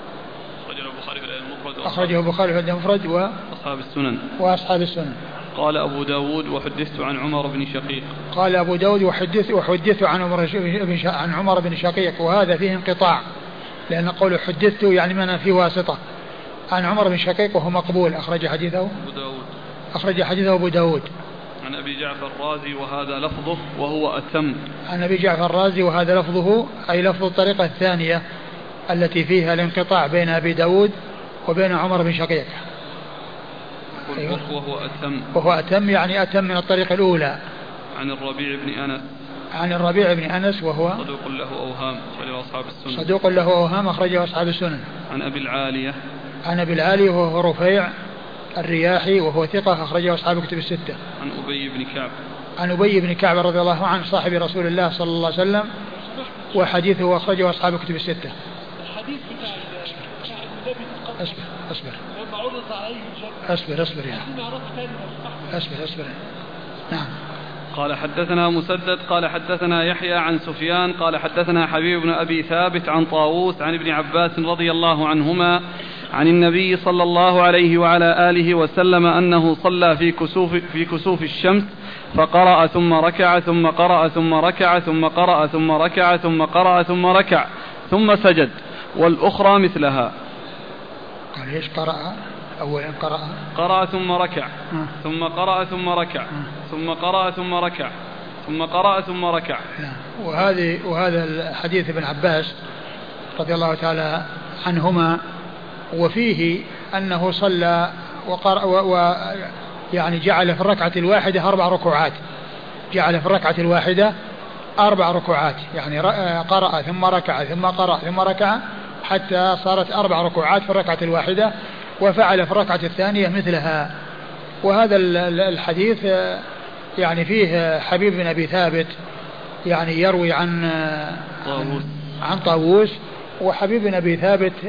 أخرجه البخاري في المفرد وأصحاب السنن. قال أبو داود وحدثت عن عمر بن شقيق. قال أبو داود وحدثت عن عمر بن شقيق، وهذا فيه انقطاع، لأن قوله حدثت يعني من في واسطة. عن عمر بن شقيق وهو مقبول، أخرج حديثه أبو داود. عن أبي جعفر الرازي وهذا لفظه وهو أتم. عن أبي جعفر الرازي وهذا لفظه، أي لفظ الطريقة الثانية التي فيها الانقطاع بين أبي داود وبين عمر بن شقيق. أيوة. وهو أتم يعني أتم من الطريقة الأولى. عن الربيع بن أنس وهو صدوق له أوهام أخرجه أصحاب السنن. عن أبي العالية وهو رفيع الرياحي وهو ثقة أخرجه أصحاب كتب الستة. عن أبي بن كعب رضي الله عنه صاحب رسول الله صلى الله عليه وسلم، وحديثه أخرجه أصحاب كتب الستة. أصبر. نعم. قال حدثنا مسدد قال حدثنا يحيى عن سفيان قال حدثنا حبيب بن أبي ثابت عن طاووس عن ابن عباس رضي الله عنهما عن النبي صلى الله عليه وعلى آله وسلم أنه صلى في كسوف الشمس فقرأ ثم ركع ثم قرأ ثم ركع ثم قرأ ثم ركع ثم قرأ ثم ركع ثم سجد، والأخرى مثلها. قال ايش قرأ؟ أولا قرأ ثم ركع ثم قرأ ثم ركع ثم قرأ ثم ركع ثم قرأ ثم ركع. وهذا الحديث ابن عباس رضي الله تعالى عنهما، وفيه أنه صلى يعني جعل في الركعة الواحدة 4 ركوعات. يعني قرأ ثم ركع ثم قرأ ثم ركع حتى صارت 4 ركوعات في الركعة الواحدة، وفعل في الركعة الثانية مثلها. وهذا الحديث يعني فيه حبيب بن أبي ثابت يعني يروي عن طاووس، وحبيب بن أبي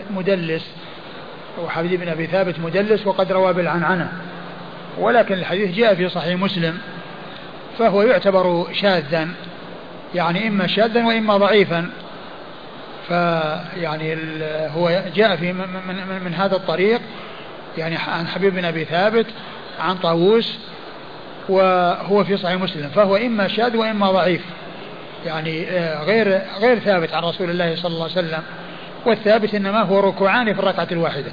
ثابت مدلس وقد روى بالعنعنة، ولكن الحديث جاء في صحيح مسلم، فهو يعتبر شاذا، يعني إما شاذا وإما ضعيفا. فيعني هو جاء في من هذا الطريق، يعني عن حبيب بن أبي ثابت عن طاووس، وهو في صحيح مسلم، فهو إما شاذ وإما ضعيف، يعني غير ثابت عن رسول الله صلى الله عليه وسلم. والثابت إنما هو ركوعان في الركعة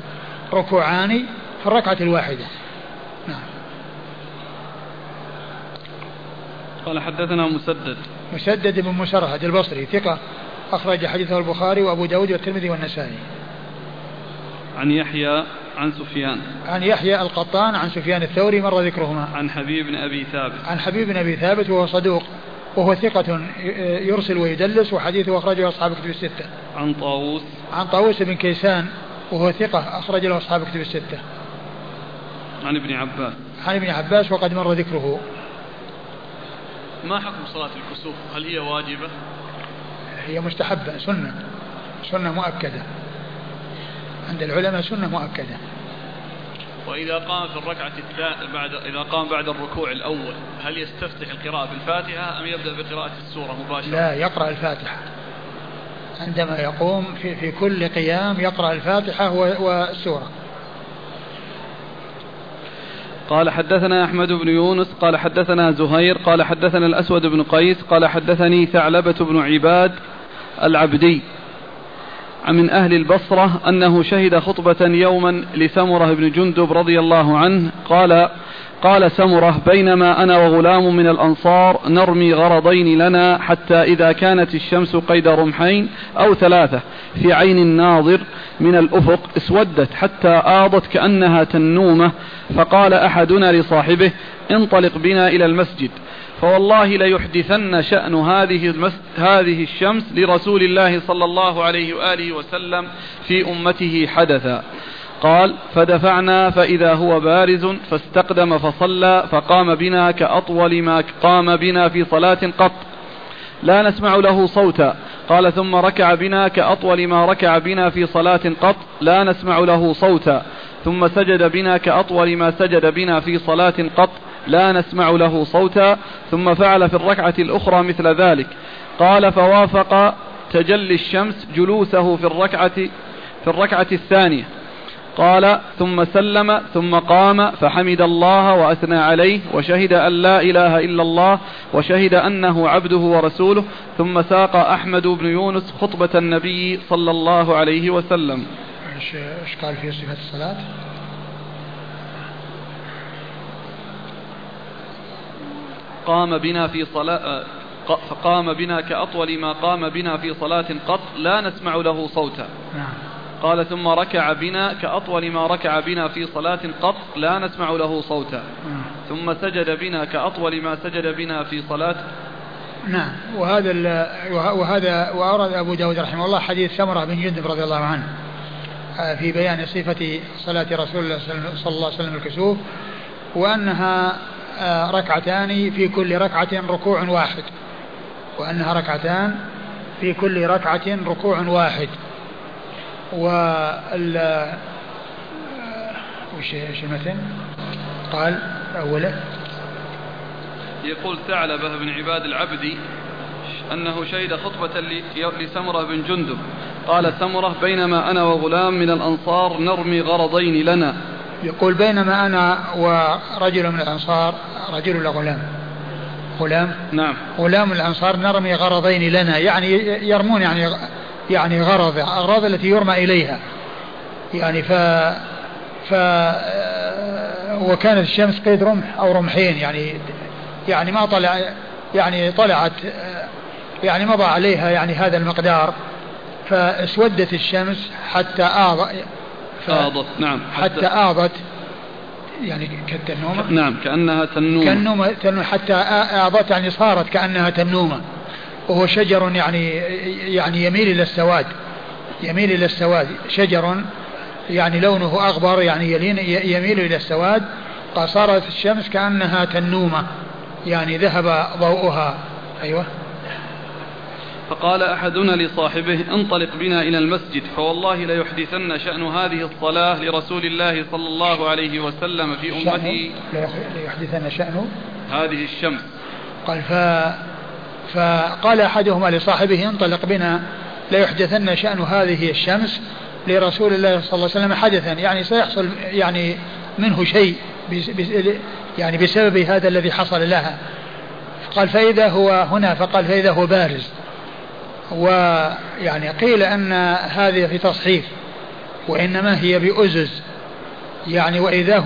الواحدة. نعم. قال حدثنا مسدد بن مسرهد البصري ثقة أخرج حديثه البخاري وأبو داود والترمذي والنسائي. عن يحيى عن يحيى القطان عن سفيان الثوري مر ذكرهما. عن حبيب بن أبي ثابت وهو صدوق وهو ثقة يرسل ويدلس، وحديثه أخرجه أصحاب كتب الستة. عن طاووس بن كيسان وهو ثقة أخرج له أصحاب كتب الستة. عن ابن عباس وقد مر ذكره. ما حكم صلاة الكسوف؟ هل هي واجبة؟ هي مستحبة، سنة مؤكدة عند العلماء، سنة مؤكدة. وإذا قام في الركعة إذا قام بعد الركوع الأول هل يستفتح القراءة بالفاتحة أم يبدأ بقراءة السورة مباشرة؟ لا، يقرأ الفاتحة عندما يقوم في كل قيام، يقرأ الفاتحة والسورة. قال حدثنا أحمد بن يونس قال حدثنا زهير قال حدثنا الأسود بن قيس قال حدثني ثعلبة بن عباد العبدي من أهل البصرة أنه شهد خطبة يوما لسمرة بن جندب رضي الله عنه قال سمرة: بينما أنا وغلام من الأنصار نرمي غرضين لنا حتى إذا كانت الشمس قيد رمحين أو 3 في عين الناظر من الأفق اسودت حتى آضت كأنها تنومة، فقال أحدنا لصاحبه: انطلق بنا إلى المسجد، فوالله ليحدثن شأن هذه الشمس لرسول الله صلى الله عليه وآله وسلم في أمته حدثا. قال: فدفعنا فإذا هو بارز فاستقدم فصلى، فقام بنا كأطول ما قام بنا في صلاة قط. لا نسمع له صوتا. قال ثم ركع بنا كأطول ما ركع بنا في صلاة قط لا نسمع له صوتا. ثم سجد بنا كأطول ما سجد بنا في صلاة قط لا نسمع له صوتا. ثم فعل في الركعة الأخرى مثل ذلك. قال فوافق تجلي الشمس جلوسه في الركعة الثانية. قال ثم سلم ثم قام فحمد الله وأثنى عليه وشهد أن لا إله إلا الله وشهد أنه عبده ورسوله. ثم ساق أحمد بن يونس خطبة النبي صلى الله عليه وسلم. إيش قال في صفة الصلاة؟ فقام بنا كأطول ما قام بنا في صلاة قط لا نسمع له صوتا. قال ثم ركع بنا كأطول ما ركع بنا في صلاة قط لا نسمع له صوتا. ثم سجد بنا كأطول ما سجد بنا في صلاة. نعم. وهذا وأورد أبو داود رحمه الله حديث سمرة بن جندب رضي الله عنه في بيان صفة صلاة رسول الله صلى الله عليه وسلم الكسوف، وأنها ركعتان في كل ركعة ركوع واحد، وأنها ركعتان في كل ركعة ركوع واحد. وش المتن؟ قال أوله يقول ثعلبة بن عباد العبدي أنه شهد خطبة لسمرة بن جندب. قال سمرة بينما أنا وغلام من الأنصار نرمي غرضين لنا. يقول بينما أنا ورجل من الأنصار، رجل لغلام، غلام، نعم، غلام الأنصار نرمي غرضين لنا، يعني يرمون يعني أغراض التي يرمى إليها، يعني وكانت الشمس قيد رمح أو رمحين، يعني ما طلع، يعني طلعت، يعني مضى عليها يعني هذا المقدار، فاسودت الشمس حتى آضت، نعم، حتى آضت، يعني كالتنومة، نعم، كأنها تنومة، حتى آضت، يعني صارت كأنها تنومة. وهو شجر يعني يميل إلى السواد، شجر يعني لونه أغبر، يعني يميل إلى السواد. فصارت الشمس كأنها تنومة، يعني ذهب ضوءها. أيوة. فقال أحدنا لصاحبه انطلق بنا إلى المسجد فوالله ليحدثن شأن هذه الصلاة لرسول الله صلى الله عليه وسلم في أمته. ليحدثن شأن هذه الشمس. قال فقال أحدهما لصاحبه انطلق بنا ليحدثن شأن هذه الشمس لرسول الله صلى الله عليه وسلم حدثا، يعني سيحصل يعني منه شيء يعني بسبب هذا الذي حصل لها. قال فإذا هو هنا، فقال فإذا هو بارز. ويعني قيل أن هذه في تصحيف، وإنما هي بأزز، يعني وإذا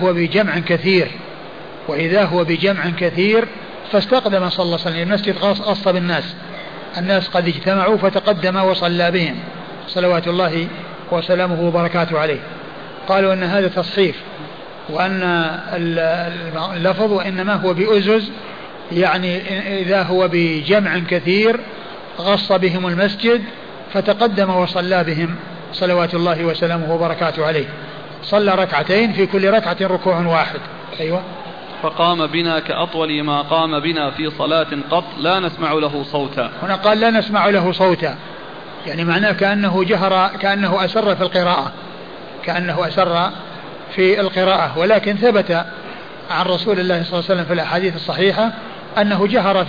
هو بجمع كثير فاستقدم صلى الله عليه وسلم المسجد خاصة بالناس، الناس قد اجتمعوا فتقدم وصلى بهم صلوات الله وسلامه وبركاته عليه. قالوا أن هذا تصحيف، وأن اللفظ وإنما هو بأزز، يعني إذا هو بجمع كثير غص بهم المسجد فتقدم وصلى بهم صلوات الله وسلامه وبركاته عليه. صلى ركعتين في كل ركعة ركوع واحد. أيوة. فقام بنا كأطول ما قام بنا في صلاة قط لا نسمع له صوتا. هنا قال لا نسمع له صوتا، يعني معناه كأنه جهر، كأنه أسر في القراءة، ولكن ثبت عن رسول الله صلى الله عليه وسلم في الأحاديث الصحيحة أنه جهر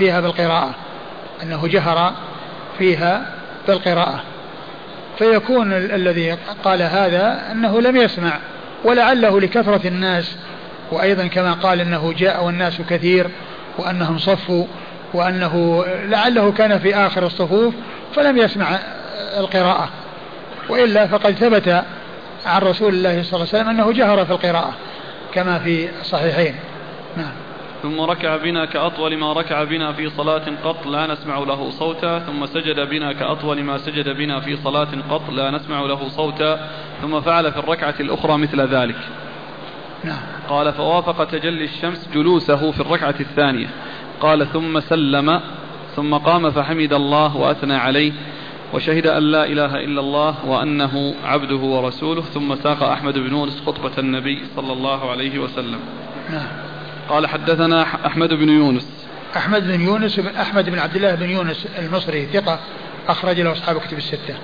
فيها بالقراءة، فيكون الذي قال هذا أنه لم يسمع، ولعله لكثرة الناس، وأيضا كما قال أنه جاء والناس كثير وأنهم صفوا، وأنه لعله كان في آخر الصفوف فلم يسمع القراءة، وإلا فقد ثبت عن رسول الله صلى الله عليه وسلم أنه جهر في القراءة كما في الصحيحين. نعم. ثم ركع بنا كأطول ما ركع بنا في صلاة قط لا نسمع له صوتا. ثم سجد بنا كأطول ما سجد بنا في صلاة قط لا نسمع له صوتا. ثم فعل في الركعة الأخرى مثل ذلك. نعم. قال فوافق تجلي الشمس جلوسه في الركعة الثانية. قال ثم سلم ثم قام فحمد الله وأثنى عليه وشهد أن لا إله إلا الله وأنه عبده ورسوله. ثم ساق أحمد بن يونس خطبة النبي صلى الله عليه وسلم. نعم. قال حدثنا أحمد بن يونس أحمد بن عبد الله بن يونس المصري ثقة أخرج له أصحاب كتب الستة.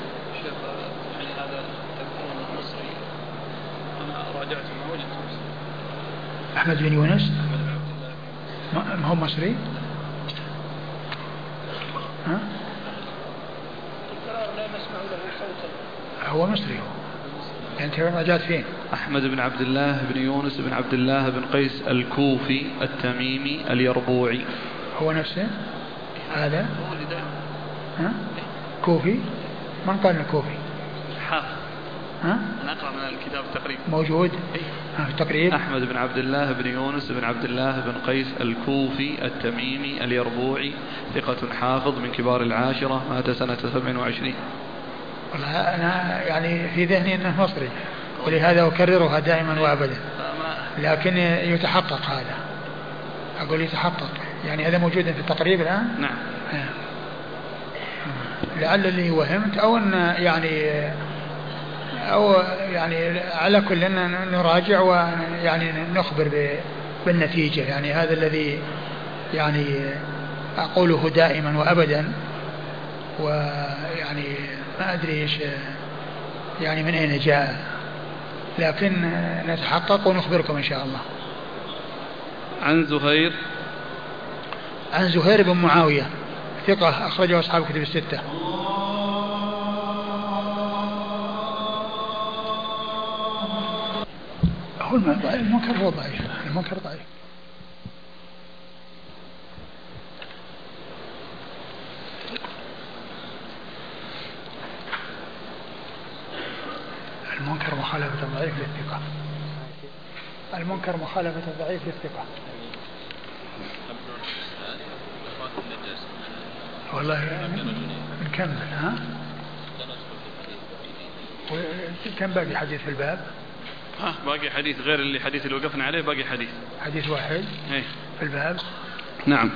أحمد بن يونس ما هو مصري؟ ها؟ هو مصري أنت راجعت فين؟ أحمد بن عبد الله بن يونس بن عبد الله بن قيس الكوفي التميمي اليربوعي. هو نفسه هذا؟ ها؟ كوفي؟ من قال الكوفي؟ حافظ. ها؟ نقرأ من الكتاب التقريب موجود التقريب. أحمد بن عبد الله بن يونس بن عبد الله بن قيس الكوفي التميمي اليربوعي ثقة حافظ من كبار العاشرة، مات سنة 27. والله أنا يعني في ذهني أنه مصري ولهذا أكررها دائما وأبدا، لكن يتحقق هذا، أقول يتحقق يعني هذا موجود في التقريب الآن. نعم. لعل اللي وهمت أو أن يعني على كل أن نراجع ويعني نخبر بالنتيجة، يعني هذا الذي يعني أقوله دائما وأبدا، ويعني ما أدري إيش يعني من أين جاء، لكن نتحقق ونخبركم إن شاء الله. عن زهير بن معاوية ثقة أخرجه أصحاب كتب الستة. هو المنكر هو ضعيف، المنكر ضعيف. المنكر مخالفة الضعيف للثقة. المنكر مخالفة الضعيف للثقة. والله نكمل. ها؟ كم باقي حديث في الباب؟ باقي حديث غير اللي حديث اللي وقفنا عليه، باقي حديث واحد في الباب. نعم.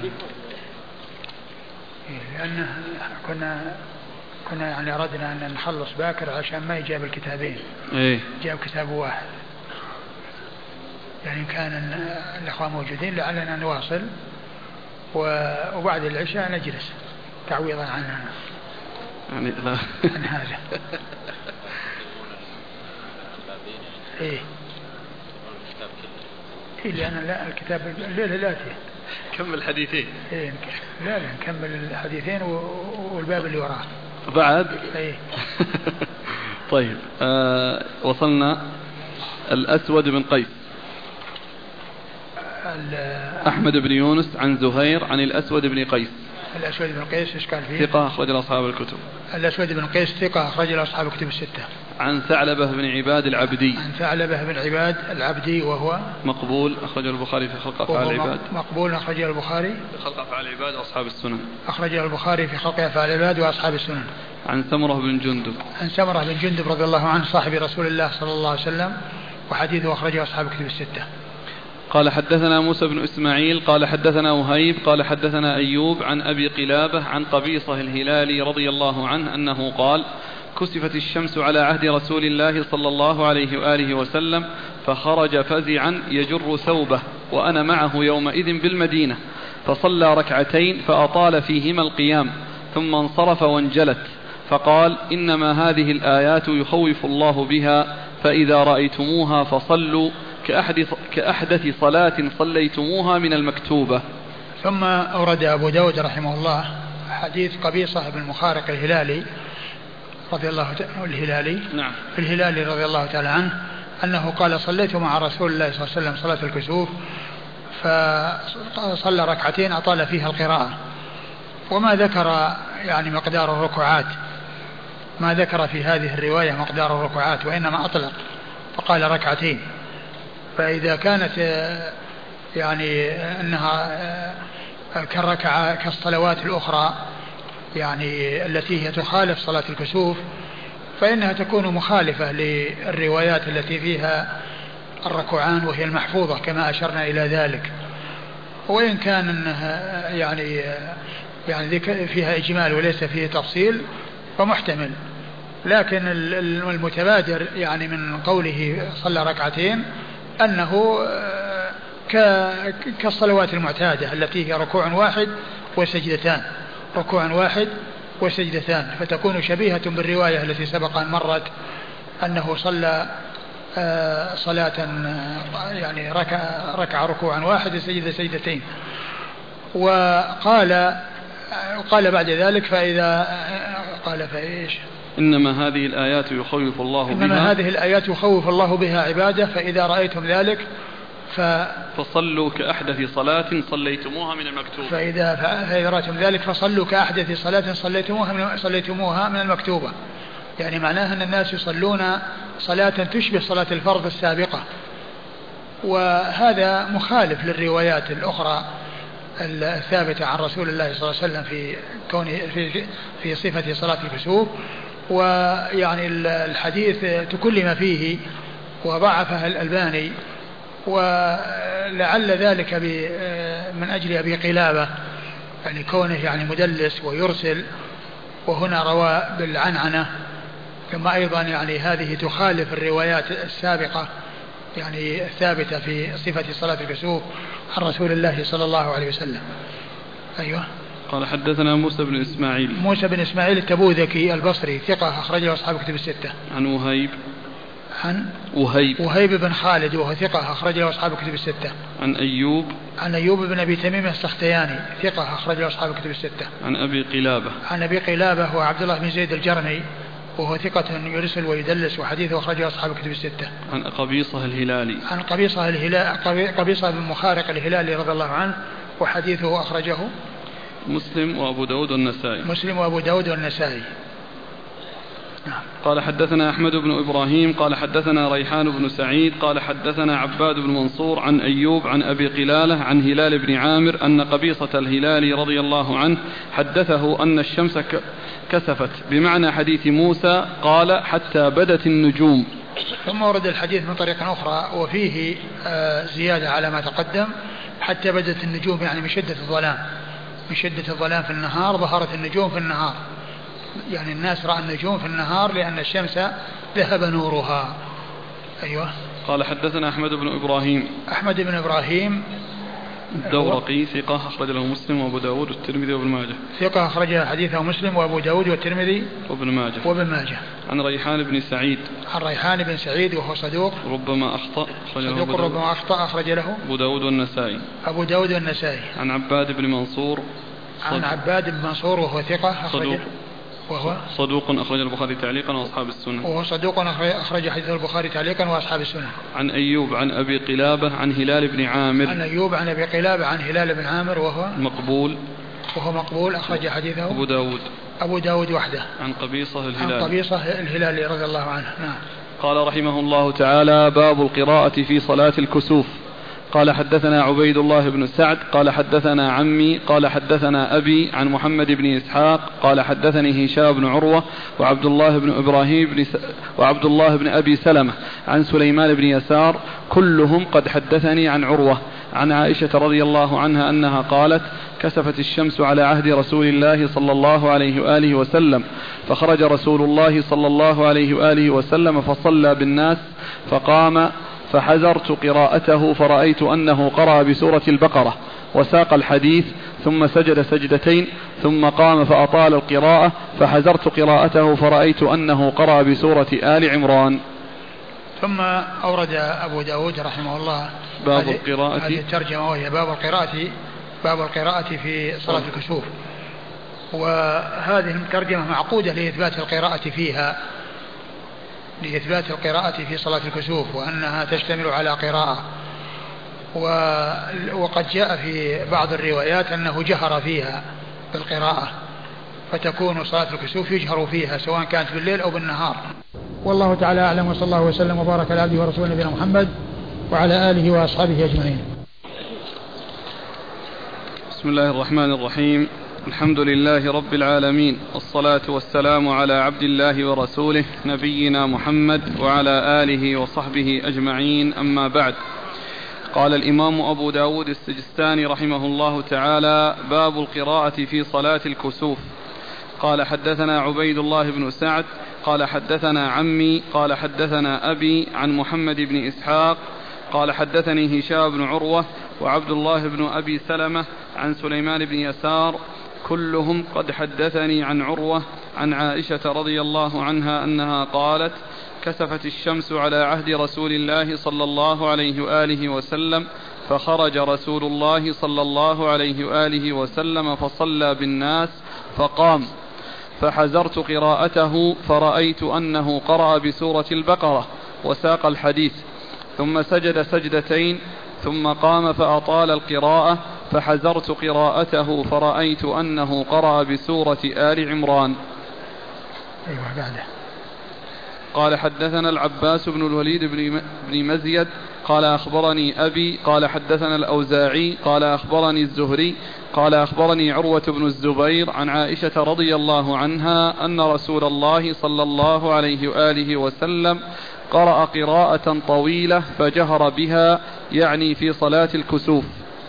لأن كنا يعني أردنا أن نخلص باكر عشان ما يجاب الكتابين. جاب كتاب واحد، يعني كان الأخوة موجودين لعلنا نواصل وبعد العشاء نجلس تعويضا عنها يعني لا عن هذا. لأن لا الكتاب الليلة الآتية كمل حديثين. لا نكمل الحديثين والباب اللي وراه بعد. طيب وصلنا الأسود بن قيس. أحمد بن يونس عن زهير عن الأسود بن قيس. الأسود بن قيس إيش قال فيه؟ ثقة أخرج أصحاب الكتب. الأسود بن قيس ثقة أخرج أصحاب الكتب الستة. عن ثعلبة بن عباد العبدي. عن ثعلبة بن عباد العبدي وهو مقبول أخرج البخاري في خلق أفعال العباد. مقبول أخرج البخاري في خلق أفعال العباد وأصحاب السنن. أخرج البخاري في خلق أفعال العباد وأصحاب السنن. عن سمرة بن جندب. عن سمرة بن جندب رضي الله عنه صاحب رسول الله صلى الله عليه وسلم، وحديثه أخرجه أصحاب الكتب الستة. قال حدثنا موسى بن إسماعيل قال حدثنا وهيب قال حدثنا أيوب عن أبي قلابة عن قبيصة الهلالي رضي الله عنه أنه قال كسفت الشمس على عهد رسول الله صلى الله عليه وآله وسلم فخرج فزعا يجر ثوبه وأنا معه يومئذ بالمدينة، فصلى ركعتين فأطال فيهما القيام ثم انصرف وانجلت، فقال إنما هذه الآيات يخوف الله بها، فإذا رأيتموها فصلوا كأحدث صلاة صليتموها من المكتوبة. ثم أورد أبو داود رحمه الله حديث قبيصة بن مخارق الهلالي رضي الله الهلالي رضي الله تعالى عنه أنه قال صليت مع رسول الله صلى الله عليه وسلم صلاة الكسوف فصلى ركعتين أطال فيها القراءة، وما ذكر يعني مقدار الركعات، ما ذكر في هذه الرواية مقدار الركعات، وإنما أطلق فقال ركعتين. فإذا كانت يعني أنها كالركعة كالصلوات الأخرى يعني التي هي تخالف صلاة الكسوف، فإنها تكون مخالفة للروايات التي فيها الركعان وهي المحفوظة كما أشرنا إلى ذلك، وإن كان أنها يعني فيها إجمال وليس فيه تفصيل فمحتمل، لكن المتبادر يعني من قوله صلى ركعتين أنه كالصلوات المعتادة التي هي ركوع واحد وسجدتان، ركوع واحد وسجدتان، فتكون شبيهة بالرواية التي سبق أن مرت أنه صلى صلاة يعني ركع ركوعا واحد وسجد سجدتين. وقال بعد ذلك فإذا قال فإيش إنما هذه الآيات يخوف الله بها، إنما هذه الآيات يخوف الله بها عباده، فإذا رأيتم ذلك فصلوا كأحدث صلاة صليتموها من المكتوبة. فإذا رأيتم ذلك فصلوا كأحدث صلاة صليتموها من المكتوبة، يعني معناها أن الناس يصلون صلاة تشبه صلاة الفرض السابقة، وهذا مخالف للروايات الأخرى الثابتة عن رسول الله صلى الله عليه وسلم في صفة صلاة الكسوف. ويعني الحديث تكلم فيه وضعفه الألباني، ولعل ذلك من أجل أبي قلابة، يعني كونه يعني مدلس ويرسل، وهنا روى بالعنعنة، ثم أيضا يعني هذه تخالف الروايات السابقة يعني الثابتة في صفة صلاة الكسوف عن رسول الله صلى الله عليه وسلم. أيوة. قال حدثنا موسى بن إسماعيل التبوذكي البصري ثقة أخرجه أصحاب كتب الستة. عن وهيب بن خالد وهو ثقة أخرجه أصحاب كتب الستة. عن أيوب بن أبي تميم السختياني ثقة أخرجه أصحاب كتب الستة. عن أبي قلابة هو عبد الله بن زيد الجرمي وهو ثقة يرسل ويدلس، وحديثه أخرجه أصحاب كتب الستة. عن قبيصة بن مخارق الهلالي رضي الله عنه، وحديثه أخرجه مسلم وأبو داود والنسائي. قال حدثنا أحمد بن إبراهيم قال حدثنا ريحان بن سعيد قال حدثنا عباد بن منصور عن أيوب عن أبي قلالة عن هلال بن عامر أن قبيصة الهلالي رضي الله عنه حدثه أن الشمس كسفت بمعنى حديث موسى قال حتى بدت النجوم. ثم ورد الحديث من طريق أخرى وفيه زيادة على ما تقدم، حتى بدت النجوم، يعني من شدة الظلام في النهار ظهرت النجوم في النهار، يعني الناس رأى النجوم في النهار لأن الشمس ذهب نورها. أيوة. قال حدثنا أحمد بن إبراهيم الدورقي ثقة أخرج له مسلم وأبو داود والترمذي وابن ماجه. ثقة أخرج حديثه مسلم وأبو داود والترمذي وابن ماجه. عن ريحان بن سعيد وهو صدوق ربما أخطأ أخرج له أبو داود والنسائي. عن عباد بن منصور وهو ثقة صدوق أخرج البخاري تعليقا وأصحاب السنن. أخرج حديث البخاري تعليقا وأصحاب السنن. عن أيوب عن أبي قلابة عن هلال بن عامر وهو مقبول أخرج حديثه أبو داود وحده. عن قبيصة الهلالي رضي الله عنه. نعم. قال رحمه الله تعالى: باب القراءة في صلاة الكسوف. قال حدثنا عبيد الله بن سعد قال حدثنا عمي قال حدثنا أبي عن محمد بن إسحاق قال حدثني هشام بن عروة وعبد الله بن أبي سلمة عن سليمان بن يسار كلهم قد حدثني عن عروة عن عائشة رضي الله عنها أنها قالت: كسفت الشمس على عهد رسول الله صلى الله عليه وآله وسلم، فخرج رسول الله صلى الله عليه وآله وسلم فصلى بالناس، فقام فحذرت قراءته فرأيت أنه قرأ بسورة البقرة وساق الحديث، ثم سجد سجدتين ثم قام فأطال القراءة، فحذرت قراءته فرأيت أنه قرأ بسورة آل عمران. ثم أورد أبو داود رحمه الله باب القراءة، هذه الترجمة وهي باب القراءة في صلاة الكسوف. وهذه الترجمة معقودة لإثبات القراءة في صلاة الكسوف، وأنها تشتمل على قراءة. وقد جاء في بعض الروايات أنه جهر فيها بالقراءة، فتكون صلاة الكسوف يجهر فيها سواء كانت بالليل أو بالنهار. والله تعالى أعلم، وصلى الله وسلم وبارك على عبده ورسوله نبينا محمد وعلى آله وأصحابه أجمعين. بسم الله الرحمن الرحيم. الحمد لله رب العالمين، والصلاة والسلام على عبد الله ورسوله نبينا محمد وعلى آله وصحبه أجمعين، أما بعد. قال الإمام أبو داود السجستاني رحمه الله تعالى: باب القراءة في صلاة الكسوف. قال حدثنا عبيد الله بن سعد قال حدثنا عمي قال حدثنا أبي عن محمد بن إسحاق قال حدثني هشام بن عروة وعبد الله بن أبي سلمة عن سليمان بن يسار كلهم قد حدثني عن عروة عن عائشة رضي الله عنها أنها قالت كسفت الشمس على عهد رسول الله صلى الله عليه وآله وسلم فخرج رسول الله صلى الله عليه وآله وسلم فصلى بالناس فقام فحزرت قراءته فرأيت أنه قرأ بسورة البقرة وساق الحديث ثم سجد سجدتين ثم قام فأطال القراءة فحزرت قراءته فرأيت أنه قرأ بسورة آل عمران. قال حدثنا العباس بن الوليد بن مزيد قال أخبرني أبي قال حدثنا الأوزاعي قال أخبرني الزهري قال أخبرني عروة بن الزبير عن عائشة رضي الله عنها أن رسول الله صلى الله عليه وآله وسلم قرأ قراءة طويلة فجهر بها يعني في صلاة الكسوف.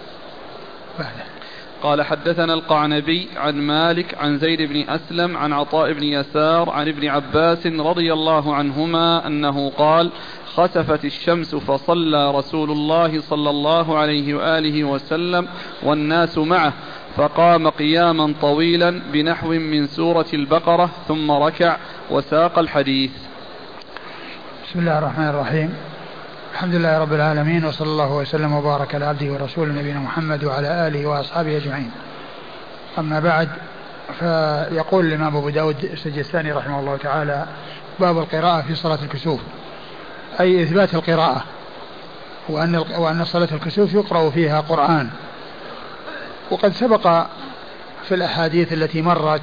قال حدثنا القعنبي عن مالك عن زيد بن أسلم عن عطاء بن يسار عن ابن عباس رضي الله عنهما أنه قال خسفت الشمس فصلى رسول الله صلى الله عليه وآله وسلم والناس معه فقام قياما طويلا بنحو من سورة البقرة ثم ركع وساق الحديث. بسم الله الرحمن الرحيم. الحمد لله رب العالمين وصلى الله وسلم وبارك على عبده ورسوله نبينا محمد وعلى آله وأصحابه أجمعين. أما بعد، فيقول الإمام أبو داود السجستاني رحمه الله تعالى باب القراءة في صلاة الكسوف، أي إثبات القراءة، وأن صلاة الكسوف يقرأ فيها قرآن. وقد سبق في الأحاديث التي مرت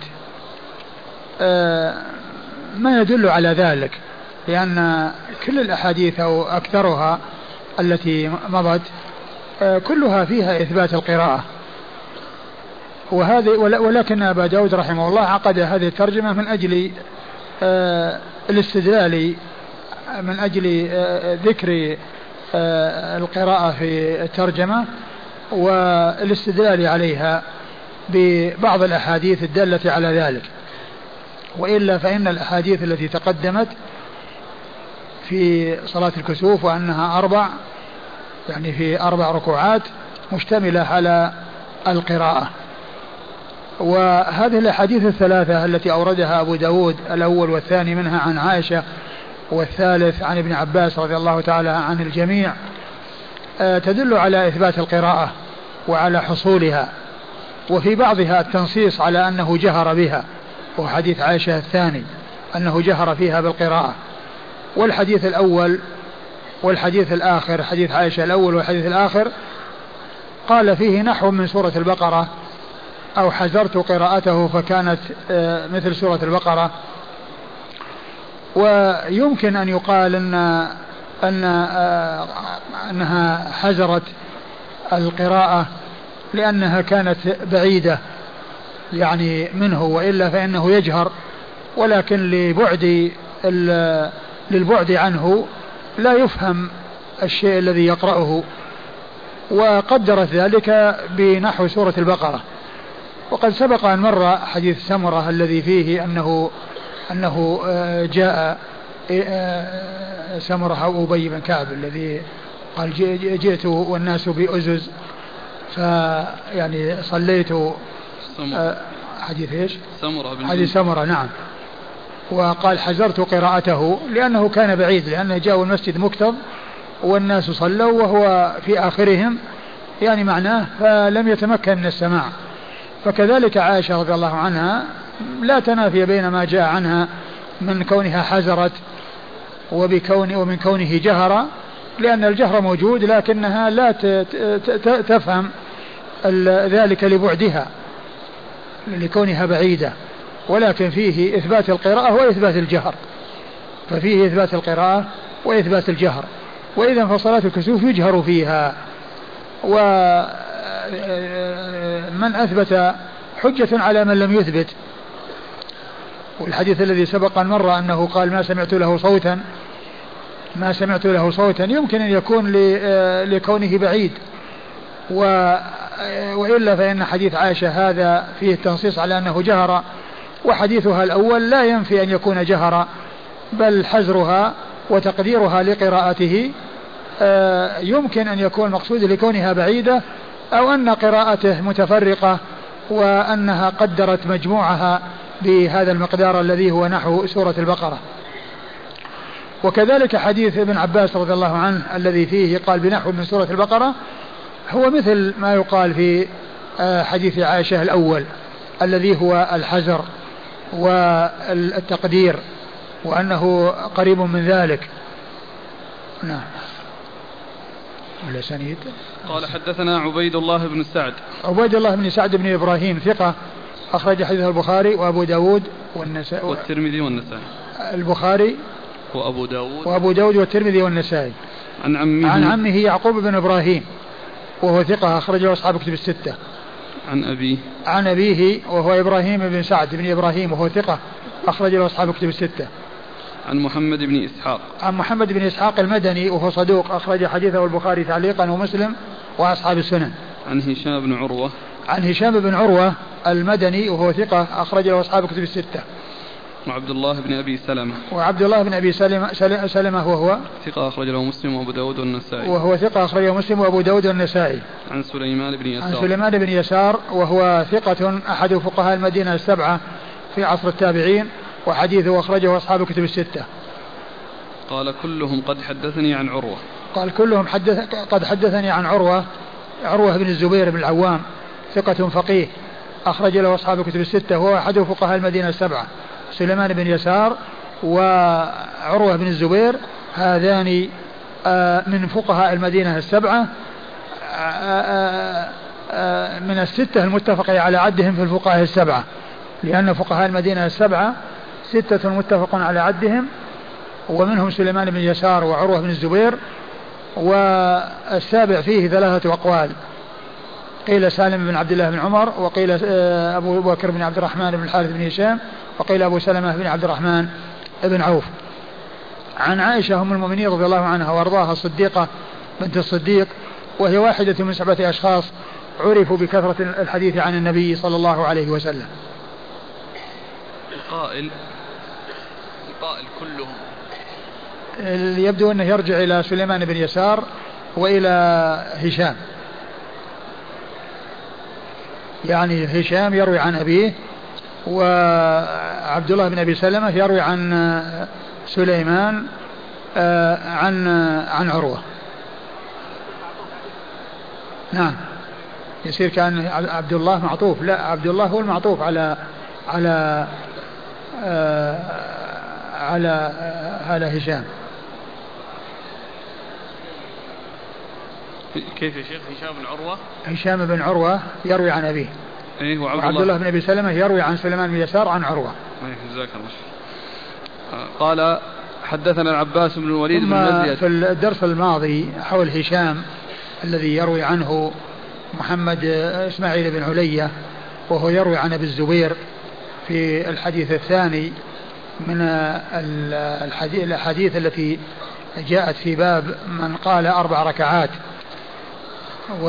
ما يدل على ذلك، لأن كل الأحاديث أو أكثرها التي مضت كلها فيها إثبات القراءة. ولكن أبا داود رحمه الله عقد هذه الترجمة من أجل الاستدلال، من أجل ذكر القراءة في الترجمة والاستدلال عليها ببعض الأحاديث الدالة على ذلك. وإلا فإن الأحاديث التي تقدمت في صلاة الكسوف وأنها 4 يعني في 4 ركوعات مشتملة على القراءة. وهذه الأحاديث الثلاثة التي أوردها أبو داود، الأول والثاني منها عن عائشة والثالث عن ابن عباس رضي الله تعالى عن الجميع، تدل على إثبات القراءة وعلى حصولها، وفي بعضها التنصيص على أنه جهر بها، وحديث عائشة الثاني أنه جهر فيها بالقراءة. والحديث الأول والحديث الآخر، حديث عائشة الأول والحديث الآخر قال فيه نحو من سورة البقرة أو حزرت قراءته فكانت مثل سورة البقرة. ويمكن أن يقال أنها حزرت القراءة لأنها كانت بعيدة يعني منه، وإلا فإنه يجهر، ولكن للبعد عنه لا يفهم الشيء الذي يقرأه، وقدرت ذلك بنحو سورة البقرة. وقد سبق أن مر حديث سمرة الذي فيه أنه جاء سمرة أو أبي بن كعب الذي قال جئت والناس بأزز فيعني صليت حديث ايش؟ حديث سمرة نعم. وقال حزرت قراءته لأنه كان بعيد، لأنه جاء المسجد مكتظ والناس صلوا وهو في آخرهم، يعني معناه فلم يتمكن من السماع. فكذلك عائشة رضي الله عنها لا تنافي بين ما جاء عنها من كونها حزرت ومن كونه جهر، لأن الجهر موجود لكنها لا تفهم ذلك لبعدها لكونها بعيدة، ولكن فيه إثبات القراءة وإثبات الجهر، ففيه إثبات القراءة وإثبات الجهر. وإذا فصلاة الكسوف يجهر فيها، ومن أثبت حجة على من لم يثبت. والحديث الذي سبق مر أنه قال ما سمعت له صوتا يمكن أن يكون لكونه بعيد، وإلا فإن حديث عائشة هذا فيه التنصيص على أنه جهر، وحديثها الأول لا ينفي أن يكون جهر، بل حزرها وتقديرها لقراءته يمكن أن يكون المقصود لكونها بعيدة، أو أن قراءته متفرقة وأنها قدرت مجموعها بهذا المقدار الذي هو نحو سورة البقرة. وكذلك حديث ابن عباس رضي الله عنه الذي فيه قال بنحو من سورة البقرة هو مثل ما يقال في حديث عائشة الأول الذي هو الحزر والتقدير، وأنه قريب من ذلك. نعم. والأسانيد قال حدثنا عبيد الله بن سعد. عبيد الله بن سعد بن إبراهيم ثقة أخرج حديثه البخاري وأبو داود والنسائي والترمذي والنسائي. البخاري وأبو داود والترمذي والنسائي. عن عمه يعقوب بن إبراهيم وهو ثقة أخرجه أصحاب كتب الستة. عن أبيه وهو إبراهيم بن سعد بن إبراهيم وهو ثقة أخرجه أصحاب كتب الستة. عن محمد بن إسحاق المدني وهو صدوق أخرج حديثه البخاري تعليقا ومسلم وأصحاب السنن. عن هشام بن عروة المدني وهو ثقة أخرجه أصحاب كتب الستة. وعبد الله بن أبي سلمة وهو ثقة أخرج له مسلم وأبو داود والنسائي. عن سليمان بن يسار وهو ثقة أحد فقهاء المدينة السبعة في عصر التابعين، وحديثه أخرجه أصحاب كتب الستة. قال كلهم قد حدثني عن عروة بن الزبير بن العوام ثقة فقيه أخرج له أصحاب كتب الستة، وهو أحد فقهاء المدينة السبعة. سليمان بن يسار وعروة بن الزبير هذان من فقهاء المدينة السبعة من الستة المتفق على عدهم في الفقهاء السبعة، لأن فقهاء المدينة السبعة ستة متفق على عدهم، ومنهم سليمان بن يسار وعروة بن الزبير. والسابع فيه ثلاثة أقوال، قيل سالم بن عبد الله بن عمر، وقيل أبو بكر بن عبد الرحمن بن الحارث بن هشام، وقيل أبو سلمة بن عبد الرحمن بن عوف. عن عائشة أم المؤمنين رضي الله عنها وأرضاها الصديقة بنت الصديق، وهي واحدة من 7 أشخاص عرفوا بكثرة الحديث عن النبي صلى الله عليه وسلم. القائل كلهم يبدو أنه يرجع إلى سليمان بن يسار وإلى هشام، يعني هشام يروي عن أبيه، وعبد الله بن أبي سلمة يروي عن سليمان عن عروة. نعم، يصير كان عبد الله معطوف، لا، عبد الله هو المعطوف على هشام. كيف يا شيخ؟ هشام بن عروة يروي عن أبيه، وعبد الله بن أبي سلمة يروي عن سليمان بن يسار عن عروة. جزاك الله. قال حدثنا العباس بن الوليد بن مزيد. في الدرس الماضي حول هشام الذي يروي عنه محمد إسماعيل بن علية، وهو يروي عن أبي الزبير في الحديث الثاني من الحديث التي جاءت في باب من قال 4 ركعات. و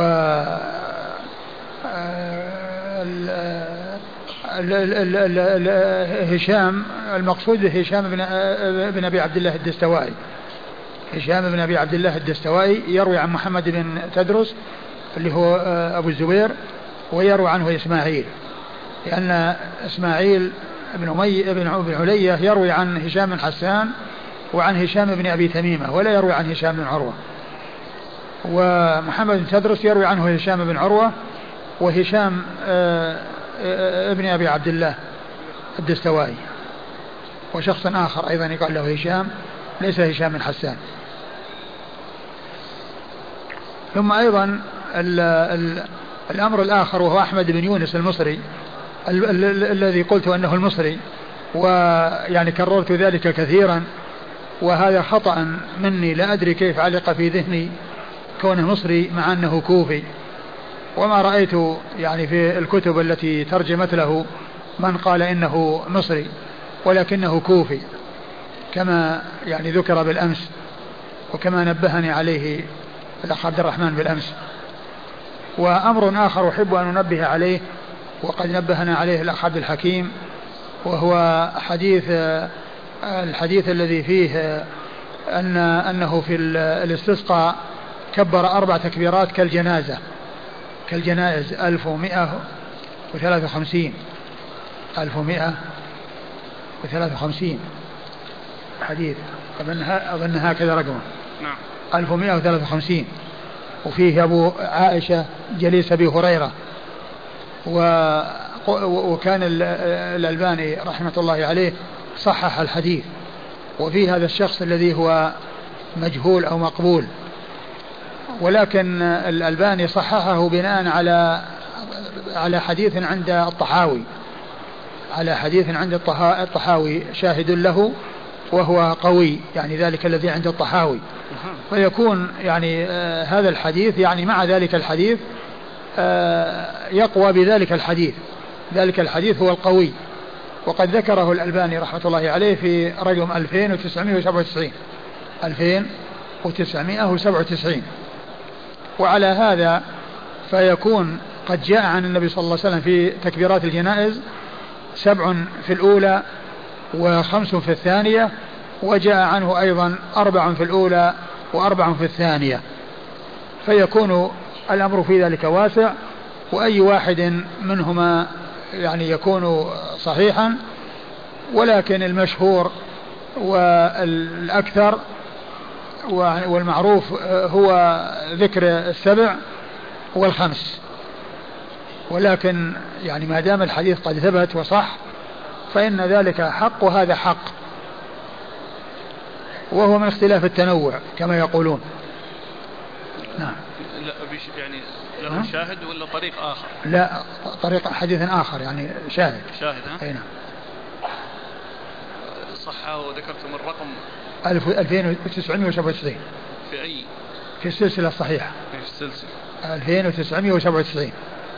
هشام المقصود هشام بن أبي عبد الله الدستوائي. هشام بن أبي عبد الله الدستوائي يروي عن محمد بن تدرس اللي هو أبو الزبير، ويروي عنه إسماعيل، لأن إسماعيل بن علية يروي عن هشام بن حسان وعن هشام بن أبي تميمة، ولا يروي عن هشام بن عروة. ومحمد بن تدرس يروي عنه هشام بن عروة وهشام ابن أبي عبد الله الدستوائي، وشخص آخر أيضا يقال له هشام، ليس هشام بن حسان. ثم أيضا الأمر الآخر وهو أحمد بن يونس المصري الذي قلت أنه المصري، ويعني كررت ذلك كثيرا، وهذا خطأ مني، لا أدري كيف علق في ذهني كونه مصري مع أنه كوفي، وما رأيت يعني في الكتب التي ترجمت له من قال إنه مصري ولكنه كوفي، كما يعني ذكر بالأمس، وكما نبهني عليه الأخ عبد الرحمن بالأمس. وأمر آخر أحب أن ننبه عليه، وقد نبهنا عليه الأخ عبد الحكيم، وهو الحديث الذي فيه أنه في الاستسقاء كبر 4 تكبيرات كالجنائز 1153 حديث أظن هكذا رقمه. نعم 1153. وفيه أبو عائشة جليس أبي هريرة. وكان الألباني رحمة الله عليه صحح الحديث. وفي هذا الشخص الذي هو مجهول أو مقبول، ولكن الألباني صححه بناء على حديث عند الطحاوي، الطحاوي شاهد له وهو قوي، يعني ذلك الذي عند الطحاوي، فيكون يعني هذا الحديث يعني مع ذلك الحديث يقوى بذلك الحديث، ذلك الحديث هو القوي. وقد ذكره الألباني رحمة الله عليه في رقم 2997. وعلى هذا فيكون قد جاء عن النبي صلى الله عليه وسلم في تكبيرات الجنائز 7 في الأولى و5 في الثانية، وجاء عنه أيضا 4 في الأولى و4 في الثانية، فيكون الأمر في ذلك واسع، وأي واحد منهما يعني يكون صحيحا، ولكن المشهور والأكثر والمعروف هو ذكر 7 و5. ولكن يعني ما دام الحديث قد ثبت وصح فإن ذلك حق وهذا حق، وهو من اختلاف التنوع كما يقولون. نعم. لا يعني له شاهد ولا طريق آخر؟ لا، طريق حديث آخر يعني شاهد. ها؟ أي نعم. صحة وذكرتم الرقم 2997. في أي؟ في السلسلة الصحيحة. في السلسلة 2997.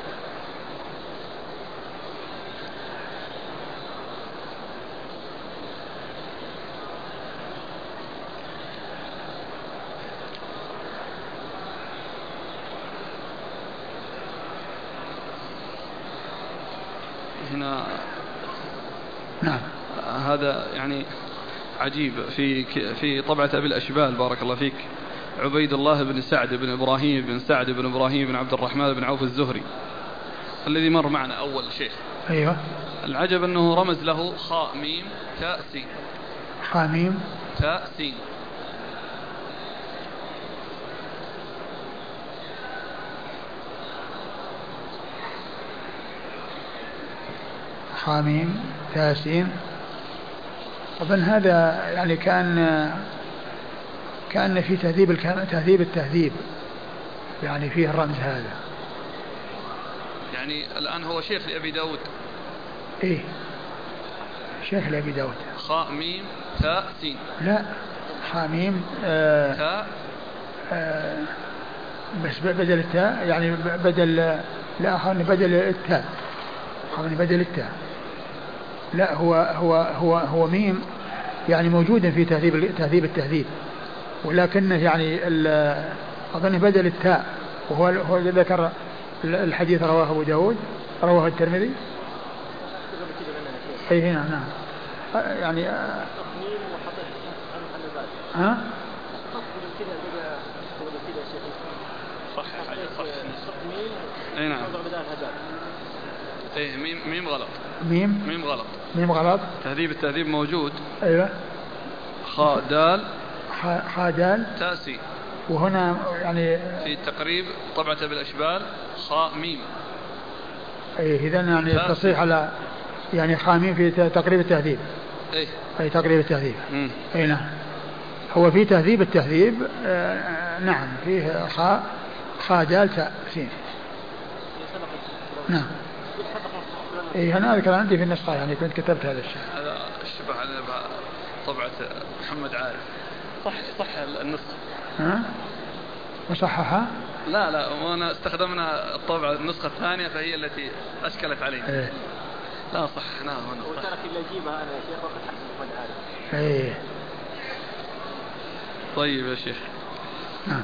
هنا نعم. هذا يعني عجيب في طبعة أبي الأشبال بارك الله فيك، عبيد الله بن سعد بن إبراهيم بن سعد بن إبراهيم بن عبد الرحمن بن عوف الزهري الذي مر معنا أول شيخ. أيوة. العجب أنه رمز له خاء ميم تاء سين. خاء ميم تاء سين. حاميم تاسين. أظن هذا يعني كان في تهذيب التهذيب يعني فيه الرمز هذا. يعني الآن هو شيخ لأبي داود. إيه شيخ لأبي داود. خاء ميم تاء سين. لا حاميم تاء بس بدل التاء يعني بدل، لا أخذني بدل التاء. لا هو ميم يعني موجود في تهذيب التهذيب، ولكنه يعني أظن بدل التاء، وهو ذكر الحديث رواه أبو داود، رواه الترمذي. أي هنا نعم يعني ها أي نعم. إيه ميم غلط. ميم غلط. تهذيب التهذيب موجود. أيوة. خاء دال تاء سين. وهنا يعني في تقريب طبعة بالأشبال خاء ميم. أي إذن يعني تصحيح على يعني خاء ميم في تقريب التهذيب. أي تقريب التهذيب. أي نعم. هو في تهذيب التهذيب نعم فيه خاء دال تاء سين. نعم. إيه أنا أذكر عندي في النسخة يعني كنت كتبت هذا الشيء. هذا الشبه على طبعة محمد عارف. صح النسخة. ها؟ وصححها؟ لا وأنا استخدمنا الطبعة النسخة الثانية فهي التي أشكلت علينا. إيه. لا صححناها هنا. وترك اللي أجيبها أنا يا شيخ وقت حسن محمد عارف. إيه. طيب يا شيخ. نعم.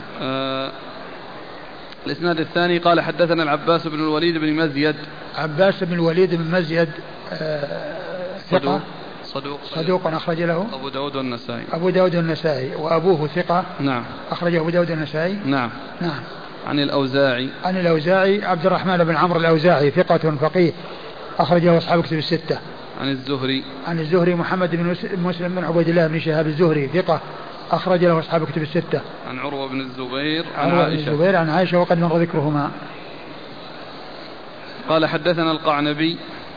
الإسناد الثاني قال حدثنا العباس بن الوليد بن مزيد. عباس بن الوليد بن مزيد ثقة صدوق أخرج له أبو داود والنسائي وأبوه ثقة. نعم. أخرجه أبو داود والنسائي. نعم. نعم. عن الأوزاعي عبد الرحمن بن عمرو الأوزاعي ثقة فقيه أخرجه أصحاب كتب الستة. عن الزهري محمد بن مسلم بن عبيد الله بن شهاب الزهري ثقة أخرج له أصحاب كتب الستة. عن عروة بن الزبير عن عائشة وقد مر ذكرهما. قال حدثنا القعنبي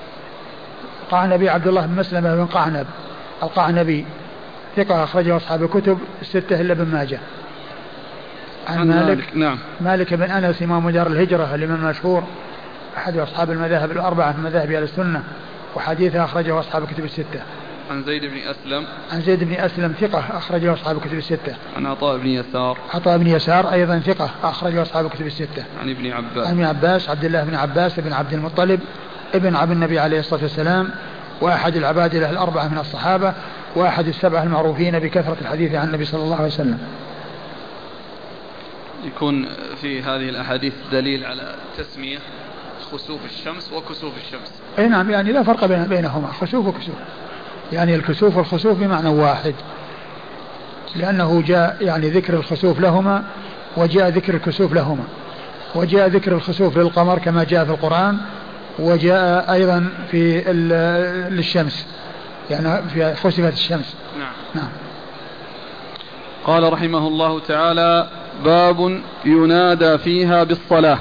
عبد الله بن مسلمة بن قعنب القعنبي ثقة أخرجه أصحاب الكتب الستة إلا ابن ماجه. عن مالك. نعم. مالك بن أنس إمام دار الهجرة الإمام المشهور أحد أصحاب المذاهب الأربعة من مذاهب أهل السنة وحديثه أخرجه أصحاب الكتب الستة. عن زيد بن أسلم ثقة أخرجه أصحاب الكتب الستة. عن عطاء بن يسار أيضا ثقة أخرجه أصحاب الكتب الستة. عن ابن عباس عبد الله بن عباس بن عبد المطلب ابن عم النبي عليه الصلاة والسلام وأحد العبادلة الأربعة من الصحابة وأحد السبعة المعروفين بكثرة الحديث عن النبي صلى الله عليه وسلم. يكون في هذه الأحاديث دليل على تسمية خسوف الشمس وكسوف الشمس. أي نعم، يعني لا فرق بينهما خسوف وكسوف، يعني الكسوف والخسوف بمعنى واحد، لأنه جاء يعني ذكر الخسوف لهما وجاء ذكر الكسوف لهما، وجاء ذكر الخسوف للقمر كما جاء في القرآن، وجاء أيضا في للشمس يعني في خسفت الشمس. نعم. قال رحمه الله تعالى: باب ينادى فيها بالصلاة.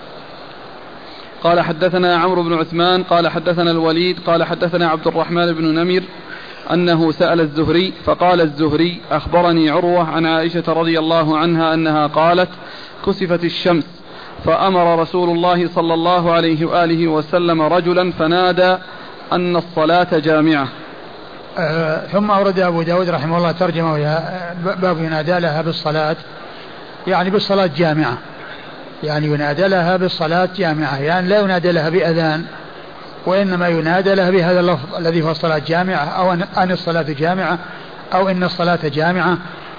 قال حدثنا عمرو بن عثمان قال حدثنا الوليد قال حدثنا عبد الرحمن بن نمر أنه سأل الزهري فقال الزهري: أخبرني عروة عن عائشة رضي الله عنها أنها قالت: كسفت الشمس فأمر رسول الله صلى الله عليه وآله وسلم رجلا فنادى أن الصلاة جامعة. ثم أورد أبو داود رحمه الله ترجمة باب ينادى لها بالصلاة، يعني بالصلاة جامعة، يعني ينادى لها بالصلاة جامعة، يعني لا ينادى لها بأذان، وإنما ينادى لها بهذا اللفظ الذي هو الصلاة جامعة، أو أن الصلاة جامعة، أو إن الصلاة جامعة.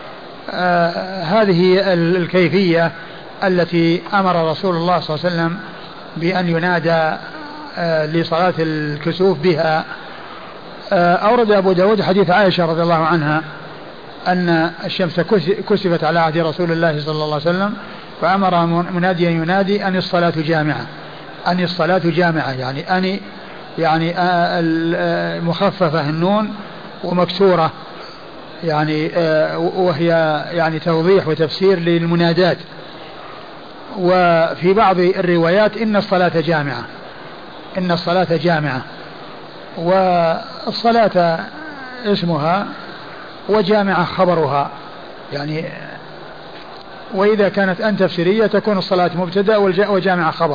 هذه الكيفية التي أمر رسول الله صلى الله عليه وسلم بأن ينادى لصلاة الكسوف بها. أورد أبو داود حديث عائشة رضي الله عنها أن الشمس كسفت على عهد رسول الله صلى الله عليه وسلم، فأمر مناديا ينادي أن الصلاة جامعة، أن الصلاة جامعة، يعني مخففة النون ومكسورة، يعني وهي يعني توضيح وتفسير للمنادات. وفي بعض الروايات إن الصلاة جامعة، إن الصلاة جامعة، والصلاة اسمها وجامعة خبرها، يعني وإذا كانت أن تفسيرية تكون الصلاة مبتدأ وجامعة خبر.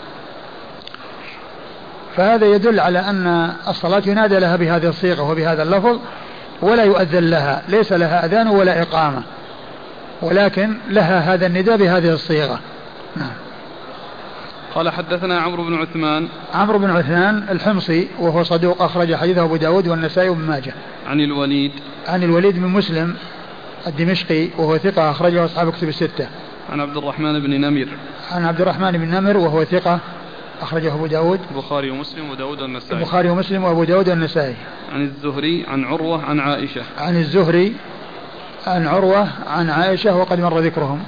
فهذا يدل على أن الصلاة ينادى لها بهذه الصيغة وبهذا اللفظ، ولا يؤذن لها، ليس لها أذان ولا إقامة، ولكن لها هذا النداء بهذه الصيغة. نعم. قال حدثنا عمرو بن عثمان الحمصي وهو صدوق أخرج حديثه أبو داود والنسائي وابن ماجه. عن الوليد بن مسلم الدمشقي وهو ثقة أخرجه أصحاب كتب الستة. عن عبد الرحمن بن نمر وهو ثقة أخرجه أبو داود البخاري ومسلم وأبو داود والنسائي. عن الزهري عن عروة عن عائشة. عن الزهري عن عروة عن عائشة وقد مر ذكرهم.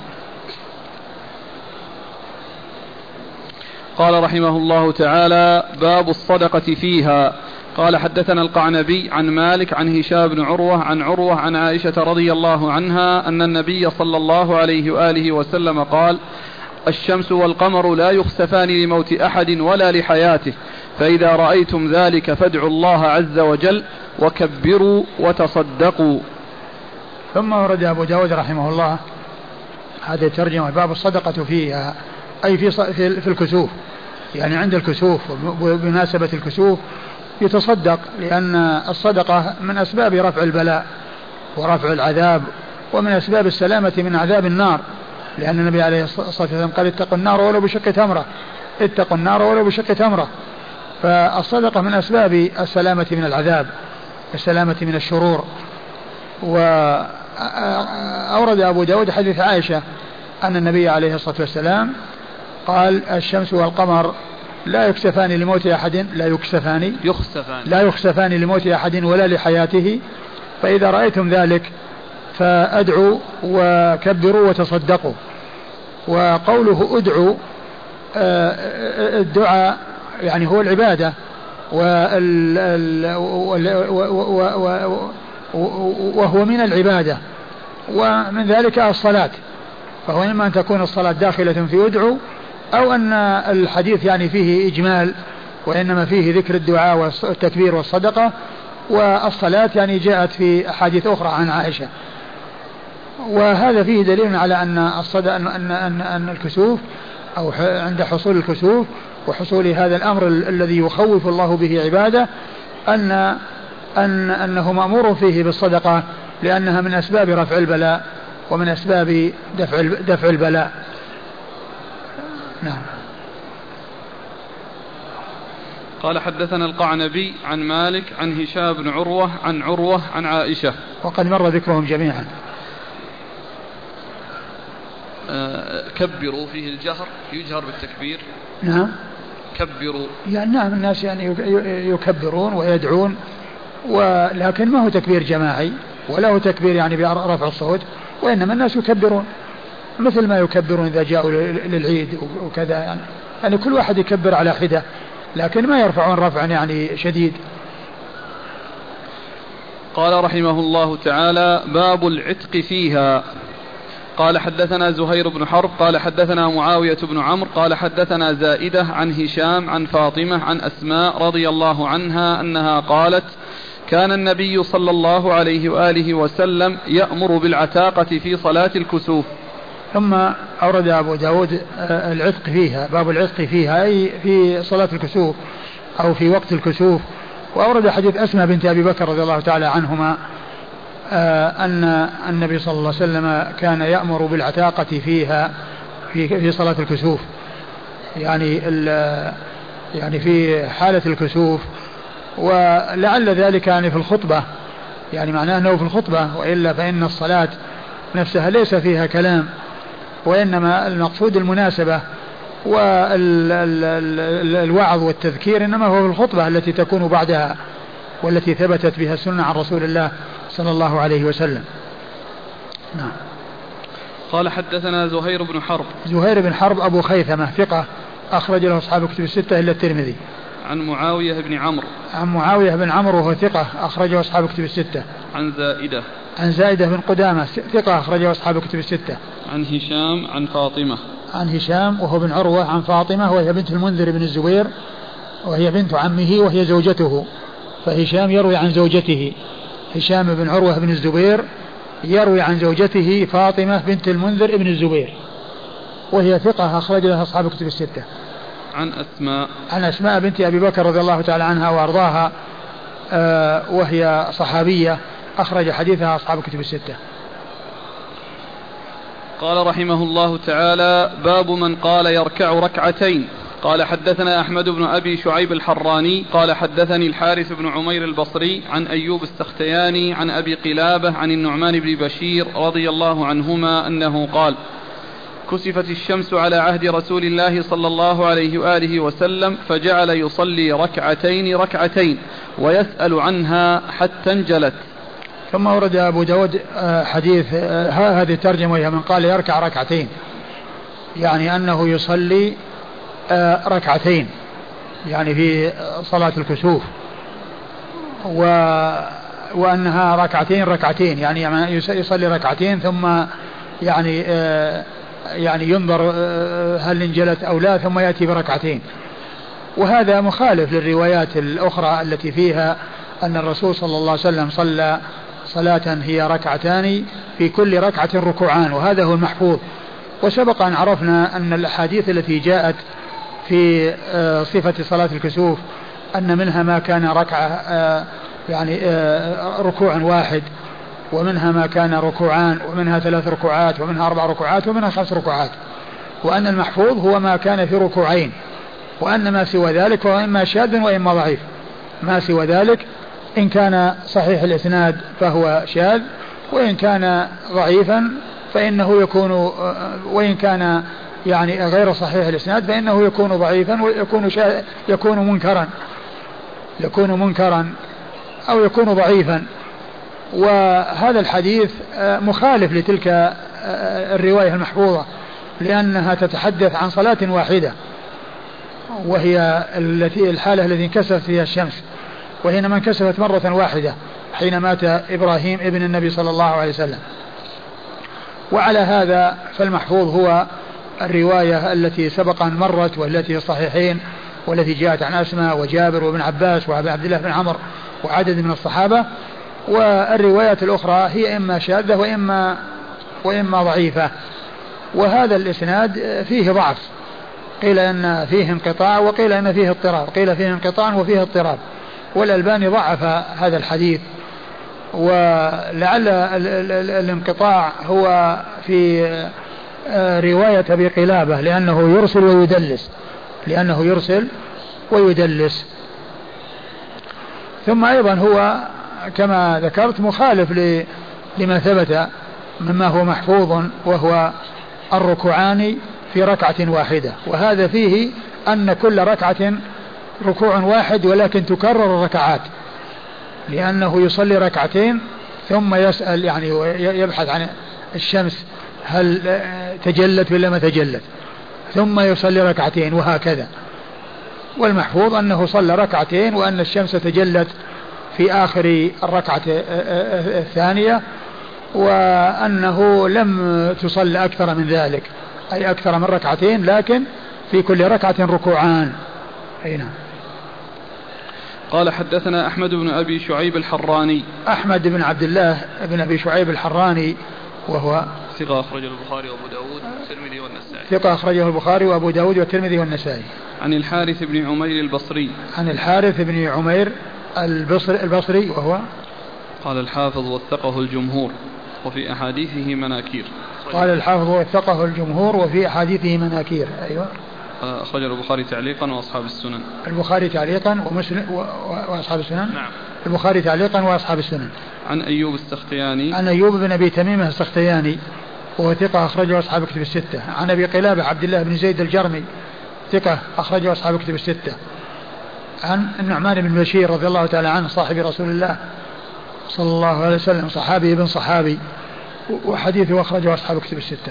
قال رحمه الله تعالى: باب الصدقة فيها. قال حدثنا القعنبي عن مالك عن هشام بن عروة عن عائشة رضي الله عنها أن النبي صلى الله عليه وآله وسلم قال: الشمس والقمر لا يخسفان لموت أحد ولا لحياته، فإذا رأيتم ذلك فادعوا الله عز وجل وكبروا وتصدقوا. ثم ورد أبو داود رحمه الله هذه الترجمة: باب الصدقة فيها، أي في الكسوف، يعني عند الكسوف وبمناسبة الكسوف يتصدق، لأن الصدقة من أسباب رفع البلاء ورفع العذاب، ومن أسباب السلامة من عذاب النار، لأن النبي عليه الصلاة والسلام قال: اتقوا النار ولو بشق تمرة. فالصدقة من أسباب السلامة من العذاب، السلامة من الشرور. وأورد أبو داود حديث عائشة أن النبي عليه الصلاة والسلام قال: الشمس والقمر لا يكسفان لموت أحد ولا لحياته. فإذا رأيتم ذلك فأدعوا وكبروا وتصدقوا. وقوله ادعوا الدعاء يعني هو العبادة وهو من العبادة، ومن ذلك الصلاة، فهو إما أن تكون الصلاة داخلة في ادعوا أو أن الحديث يعني فيه إجمال وإنما فيه ذكر الدعاء والتكبير والصدقة، والصلاة يعني جاءت في أحاديث أخرى عن عائشة. وهذا فيه دليل على أن الكسوف أو عند حصول الكسوف وحصول هذا الأمر الذي يخوف الله به عباده أنه مأمور فيه بالصدقة، لأنها من أسباب رفع البلاء ومن أسباب دفع البلاء. نعم. قال حدثنا القعنبي عن مالك عن هشام بن عروة عن عائشة، وقد مر ذكرهم جميعا. كبروا فيه الجهر، يجهر بالتكبير. نعم. كبروا يعني نعم، الناس يعني يكبرون ويدعون، ولكن ما هو تكبير جماعي ولا هو تكبير يعني برفع الصوت، وإنما الناس يكبرون مثل ما يكبرون إذا جاءوا للعيد وكذا، يعني كل واحد يكبر على حدة، لكن ما يرفعون رفعا يعني شديد. قال رحمه الله تعالى: باب العتق فيها. قال حدثنا زهير بن حرب قال حدثنا معاوية بن عمرو قال حدثنا زائدة عن هشام عن فاطمة عن أسماء رضي الله عنها أنها قالت: كان النبي صلى الله عليه وآله وسلم يأمر بالعتاقة في صلاة الكسوف. ثم أورد أبو داود العتق فيها، باب العتق فيها أي في صلاة الكسوف أو في وقت الكسوف. وأورد حديث أسماء بنت أبي بكر رضي الله تعالى عنهما أن النبي صلى الله عليه وسلم كان يأمر بالعتاقة فيها في صلاة الكسوف، يعني في حالة الكسوف، ولعل ذلك يعني في الخطبة، يعني معناه أنه في الخطبة، وإلا فإن الصلاة نفسها ليس فيها كلام، وإنما المقصود المناسبة والوعظ والتذكير إنما هو في الخطبة التي تكون بعدها والتي ثبتت بها السنة عن رسول الله صلى الله عليه وسلم. نعم. قال حدثنا زهير بن حرب أبو خيثمة ثقة أخرج له أصحاب الكتب الستة إلا الترمذي. عن معاوية بن عمرو وهو ثقة أخرجه أصحاب الكتب الستة. عن زائدة بن قدامة ثقة أخرجه أصحاب الكتب الستة. عن هشام عن فاطمة. عن هشام وهو بن عروة عن فاطمة وهي بنت المنذر بن الزبير وهي بنت عمه وهي زوجته، فهشام يروي عن زوجته، هشام بن عروة بن الزبير يروي عن زوجته فاطمة بنت المنذر بن الزبير وهي ثقة أخرج لها أصحاب الكتب الستة. عن أسماء بنت أبي بكر رضي الله تعالى عنها وأرضاها وهي صحابية أخرج حديثها أصحاب الكتب الستة. قال رحمه الله تعالى: باب من قال يركع ركعتين. قال حدثنا أحمد بن أبي شعيب الحراني قال حدثني الحارث بن عمير البصري عن أيوب السختياني عن أبي قلابة عن النعمان بن بشير رضي الله عنهما أنه قال: كسفت الشمس على عهد رسول الله صلى الله عليه وآله وسلم فجعل يصلي ركعتين ويسأل عنها حتى انجلت. ثم ورد أبو داود حديث هذه الترجمة وهي من قال يركع ركعتين، يعني أنه يصلي ركعتين يعني في صلاة الكسوف، وأنها ركعتين يعني يصلي ركعتين ثم يعني ينظر هل انجلت أو لا ثم يأتي بركعتين. وهذا مخالف للروايات الأخرى التي فيها أن الرسول صلى الله عليه وسلم صلى صلاة هي ركعتان في كل ركعة ركوعان، وهذا هو المحفوظ. وسبق أن عرفنا أن الأحاديث التي جاءت في صفة صلاة الكسوف أن منها ما كان ركعة يعني ركوع واحد، ومنها ما كان ركوعان، ومنها 3 ركوعات، ومنها 4 ركوعات، ومنها 5 ركوعات، وأن المحفوظ هو ما كان في ركوعين، وأن ما سوى ذلك هو إما شاذ وإما ضعيف. ما سوى ذلك إن كان صحيح الإسناد فهو شاذ، وإن كان ضعيفا فإنه يكون، وإن كان يعني غير صحيح الإسناد فإنه يكون ضعيفا يكون منكرا أو يكون ضعيفا. وهذا الحديث مخالف لتلك الرواية المحفوظة لأنها تتحدث عن صلاة واحدة وهي الحالة التي انكسفت فيها الشمس، وحينما انكسفت مرة واحدة حين مات إبراهيم ابن النبي صلى الله عليه وسلم. وعلى هذا فالمحفوظ هو الرواية التي سبق أن مرت والتي الصحيحين والتي جاءت عن أسماء وجابر وابن عباس وعبد الله بن عمر وعدد من الصحابة. والروايات الأخرى هي إما شاذة وإما ضعيفة. وهذا الإسناد فيه ضعف، قيل أن فيه انقطاع وقيل أن فيه اضطراب، قيل فيه انقطاع وفيه اضطراب، والألباني ضعف هذا الحديث. ولعل الانقطاع هو في رواية أبي قلابة لأنه يرسل ويدلس. ثم أيضا هو كما ذكرت مخالف لما ثبت مما هو محفوظ وهو الركوعان في ركعة واحدة، وهذا فيه أن كل ركعة ركوع واحد ولكن تكرر الركعات، لأنه يصلي ركعتين ثم يسأل يعني يبحث عن الشمس هل تجلت ولا ما تجلت، ثم يصلي ركعتين وهكذا. والمحفوظ أنه صلى ركعتين وأن الشمس تجلت في آخر الركعة الثانية، وأنه لم تصلى أكثر من ذلك أي أكثر من ركعتين، لكن في كل ركعة ركوعان. نعم. قال حدثنا أحمد بن أبي شعيب الحراني. أحمد بن عبد الله بن أبي شعيب الحراني وهو ثقة أخرجه البخاري وأبو داود والترمذي والنسائي. ثقة أخرجه البخاري وأبو داود والترمذي والنسائي. عن الحارث بن عمير البصري. عن الحارث بن عمير البصري وهو قال الحافظ وثقه الجمهور وفي أحاديثه مناكير. قال الحافظ وثقه الجمهور وفي أحاديثه مناكير. أيوة. أخرجه البخاري تعليقا وأصحاب السنن. البخاري تعليقا ومسلم وأصحاب السنن. نعم. البخاري تعليقا وأصحاب السنن. عن أيوب السختياني. عن أيوب بن أبي تميمة السختياني وهو ثقة أخرجه أصحاب كتب الستة. عن أبي قلابة عبد الله بن زيد الجرمي ثقة أخرجه أصحاب كتب الستة. عن النعمان بن بشير رضي الله تعالى عنه صاحب رسول الله صلى الله عليه وسلم، صحابي ابن صحابي، وحديثه أخرجه أصحاب كتب الستة.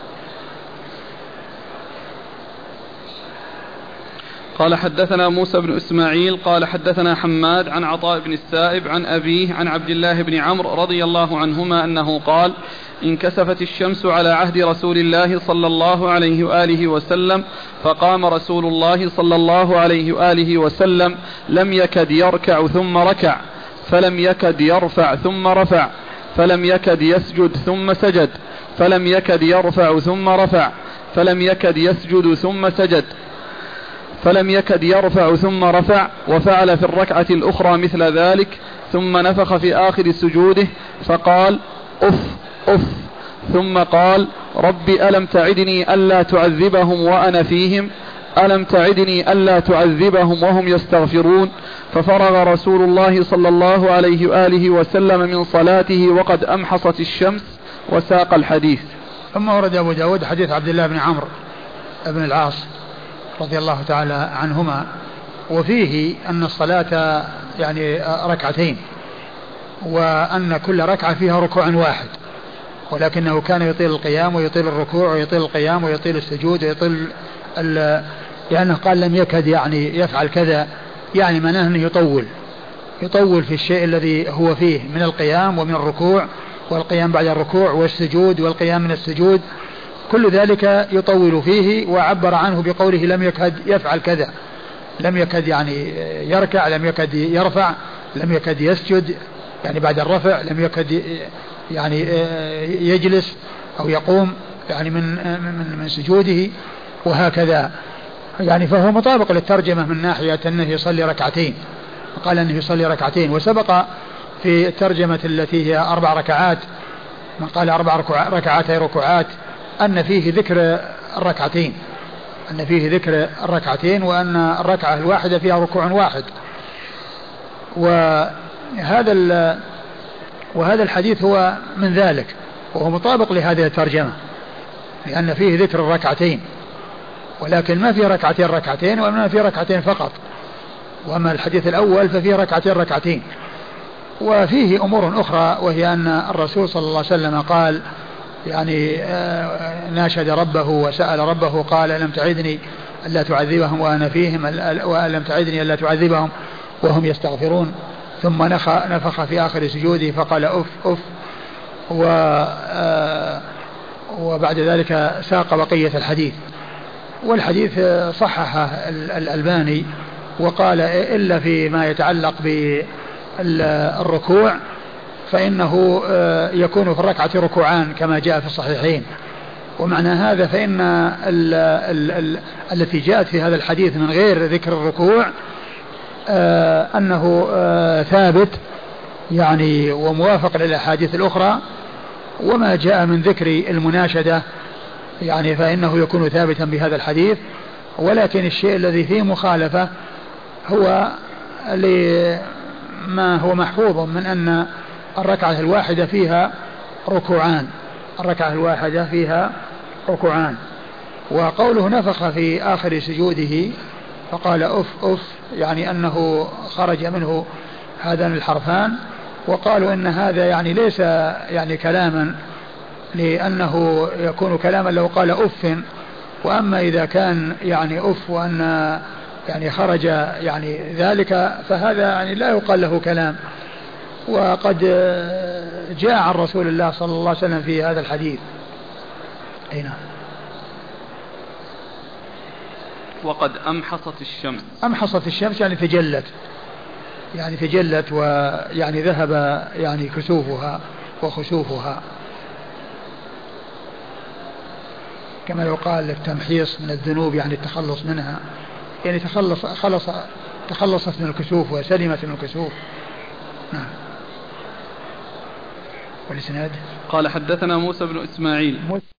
قال حدثنا موسى بن إسماعيل قال حدثنا حماد عن عطاء بن السائب عن أبيه عن عبد الله بن عمرو رضي الله عنهما أنه قال: انكسفت الشمس على عهد رسول الله صلى الله عليه وآله وسلم، فقام رسول الله صلى الله عليه وآله وسلم لم يكد يركع ثم ركع، فلم يكد يرفع ثم رفع، فلم يكد يسجد ثم سجد، فلم يكد يرفع ثم رفع، فلم يكد يسجد ثم سجد، فلم يكد يرفع ثم رفع، وفعل في الركعة الأخرى مثل ذلك، ثم نفخ في آخر سجوده فقال: أف أف، ثم قال: رب ألم تعدني ألا تعذبهم وأنا فيهم، ألم تعدني ألا تعذبهم وهم يستغفرون. ففرغ رسول الله صلى الله عليه وآله وسلم من صلاته وقد أمحصت الشمس، وساق الحديث. ثم ورد أبو داود حديث عبد الله بن عمرو بن العاص رضي الله تعالى عنهما، وفيه أن الصلاة يعني ركعتين، وأن كل ركعة فيها ركوع واحد، ولكنه كان يطيل القيام ويطيل الركوع ويطيل القيام ويطيل السجود ويطيل لأنه قال لم يكد يعني يفعل كذا، يعني معناه أنه يطول في الشيء الذي هو فيه من القيام ومن الركوع والقيام بعد الركوع والسجود والقيام من السجود، كل ذلك يطول فيه. وعبر عنه بقوله لم يكد يفعل كذا، لم يكد يعني يركع، لم يكد يرفع، لم يكد يسجد يعني بعد الرفع، لم يكد يعني يجلس أو يقوم يعني من سجوده وهكذا، يعني فهو مطابق للترجمة من ناحية أنه يصلي ركعتين، قال أنه يصلي ركعتين. وسبق في الترجمة التي هي 4 ركعات من قال 4 ركعات أي ركوعات أن فيه ذكر الركعتين، أن فيه ذكر الركعتين، وأن الركعة الواحدة فيها ركوع واحد. وهذا الحديث هو من ذلك، وهو مطابق لهذه الترجمة، لأن فيه ذكر الركعتين ولكن ما في ركعتين ركعتين وما في ركعتين فقط. وأما الحديث الأول ففيه ركعتين ركعتين. وفيه أمور أخرى، وهي أن الرسول صلى الله عليه وسلم قال يعني ناشد ربه وسأل ربه قال ألم تعدني ألا تعذبهم وأنا فيهم، وألم تعدني ألا تعذبهم وهم يستغفرون. ثم نفخ في آخر سجوده فقال أف أف. وبعد ذلك ساق بقية الحديث. والحديث صححه الألباني وقال إلا فيما يتعلق بالركوع فإنه يكون في الركعة ركوعان كما جاء في الصحيحين. ومعنى هذا فإن التي جاءت في هذا الحديث من غير ذكر الركوع أنه ثابت يعني وموافق للأحاديث الأخرى. وما جاء من ذكر المناشدة يعني فإنه يكون ثابتا بهذا الحديث. ولكن الشيء الذي فيه مخالفة هو لما هو محفوظ من أن الركعة الواحدة فيها ركوعان. الركعة الواحدة فيها ركوعان. وقوله نفخ في آخر سجوده فقال أف أف يعني أنه خرج منه هذان الحرفان. وقالوا إن هذا يعني ليس يعني كلاما، لأنه يكون كلاما لو قال أف. وأما إذا كان يعني أف وأن يعني خرج يعني ذلك فهذا يعني لا يقال له كلام. وقد جاء عن رسول الله صلى الله عليه وسلم في هذا الحديث. نعم. وقد أمحصت الشمس. أمحصت الشمس يعني تجلت، يعني تجلت ويعني ذهب يعني كسوفها وخسوفها، كما يقال التمحيص من الذنوب يعني التخلص منها، يعني تخلصت من الكسوف وسلمت من الكسوف. نعم. والإسناد قال حدثنا موسى بن إسماعيل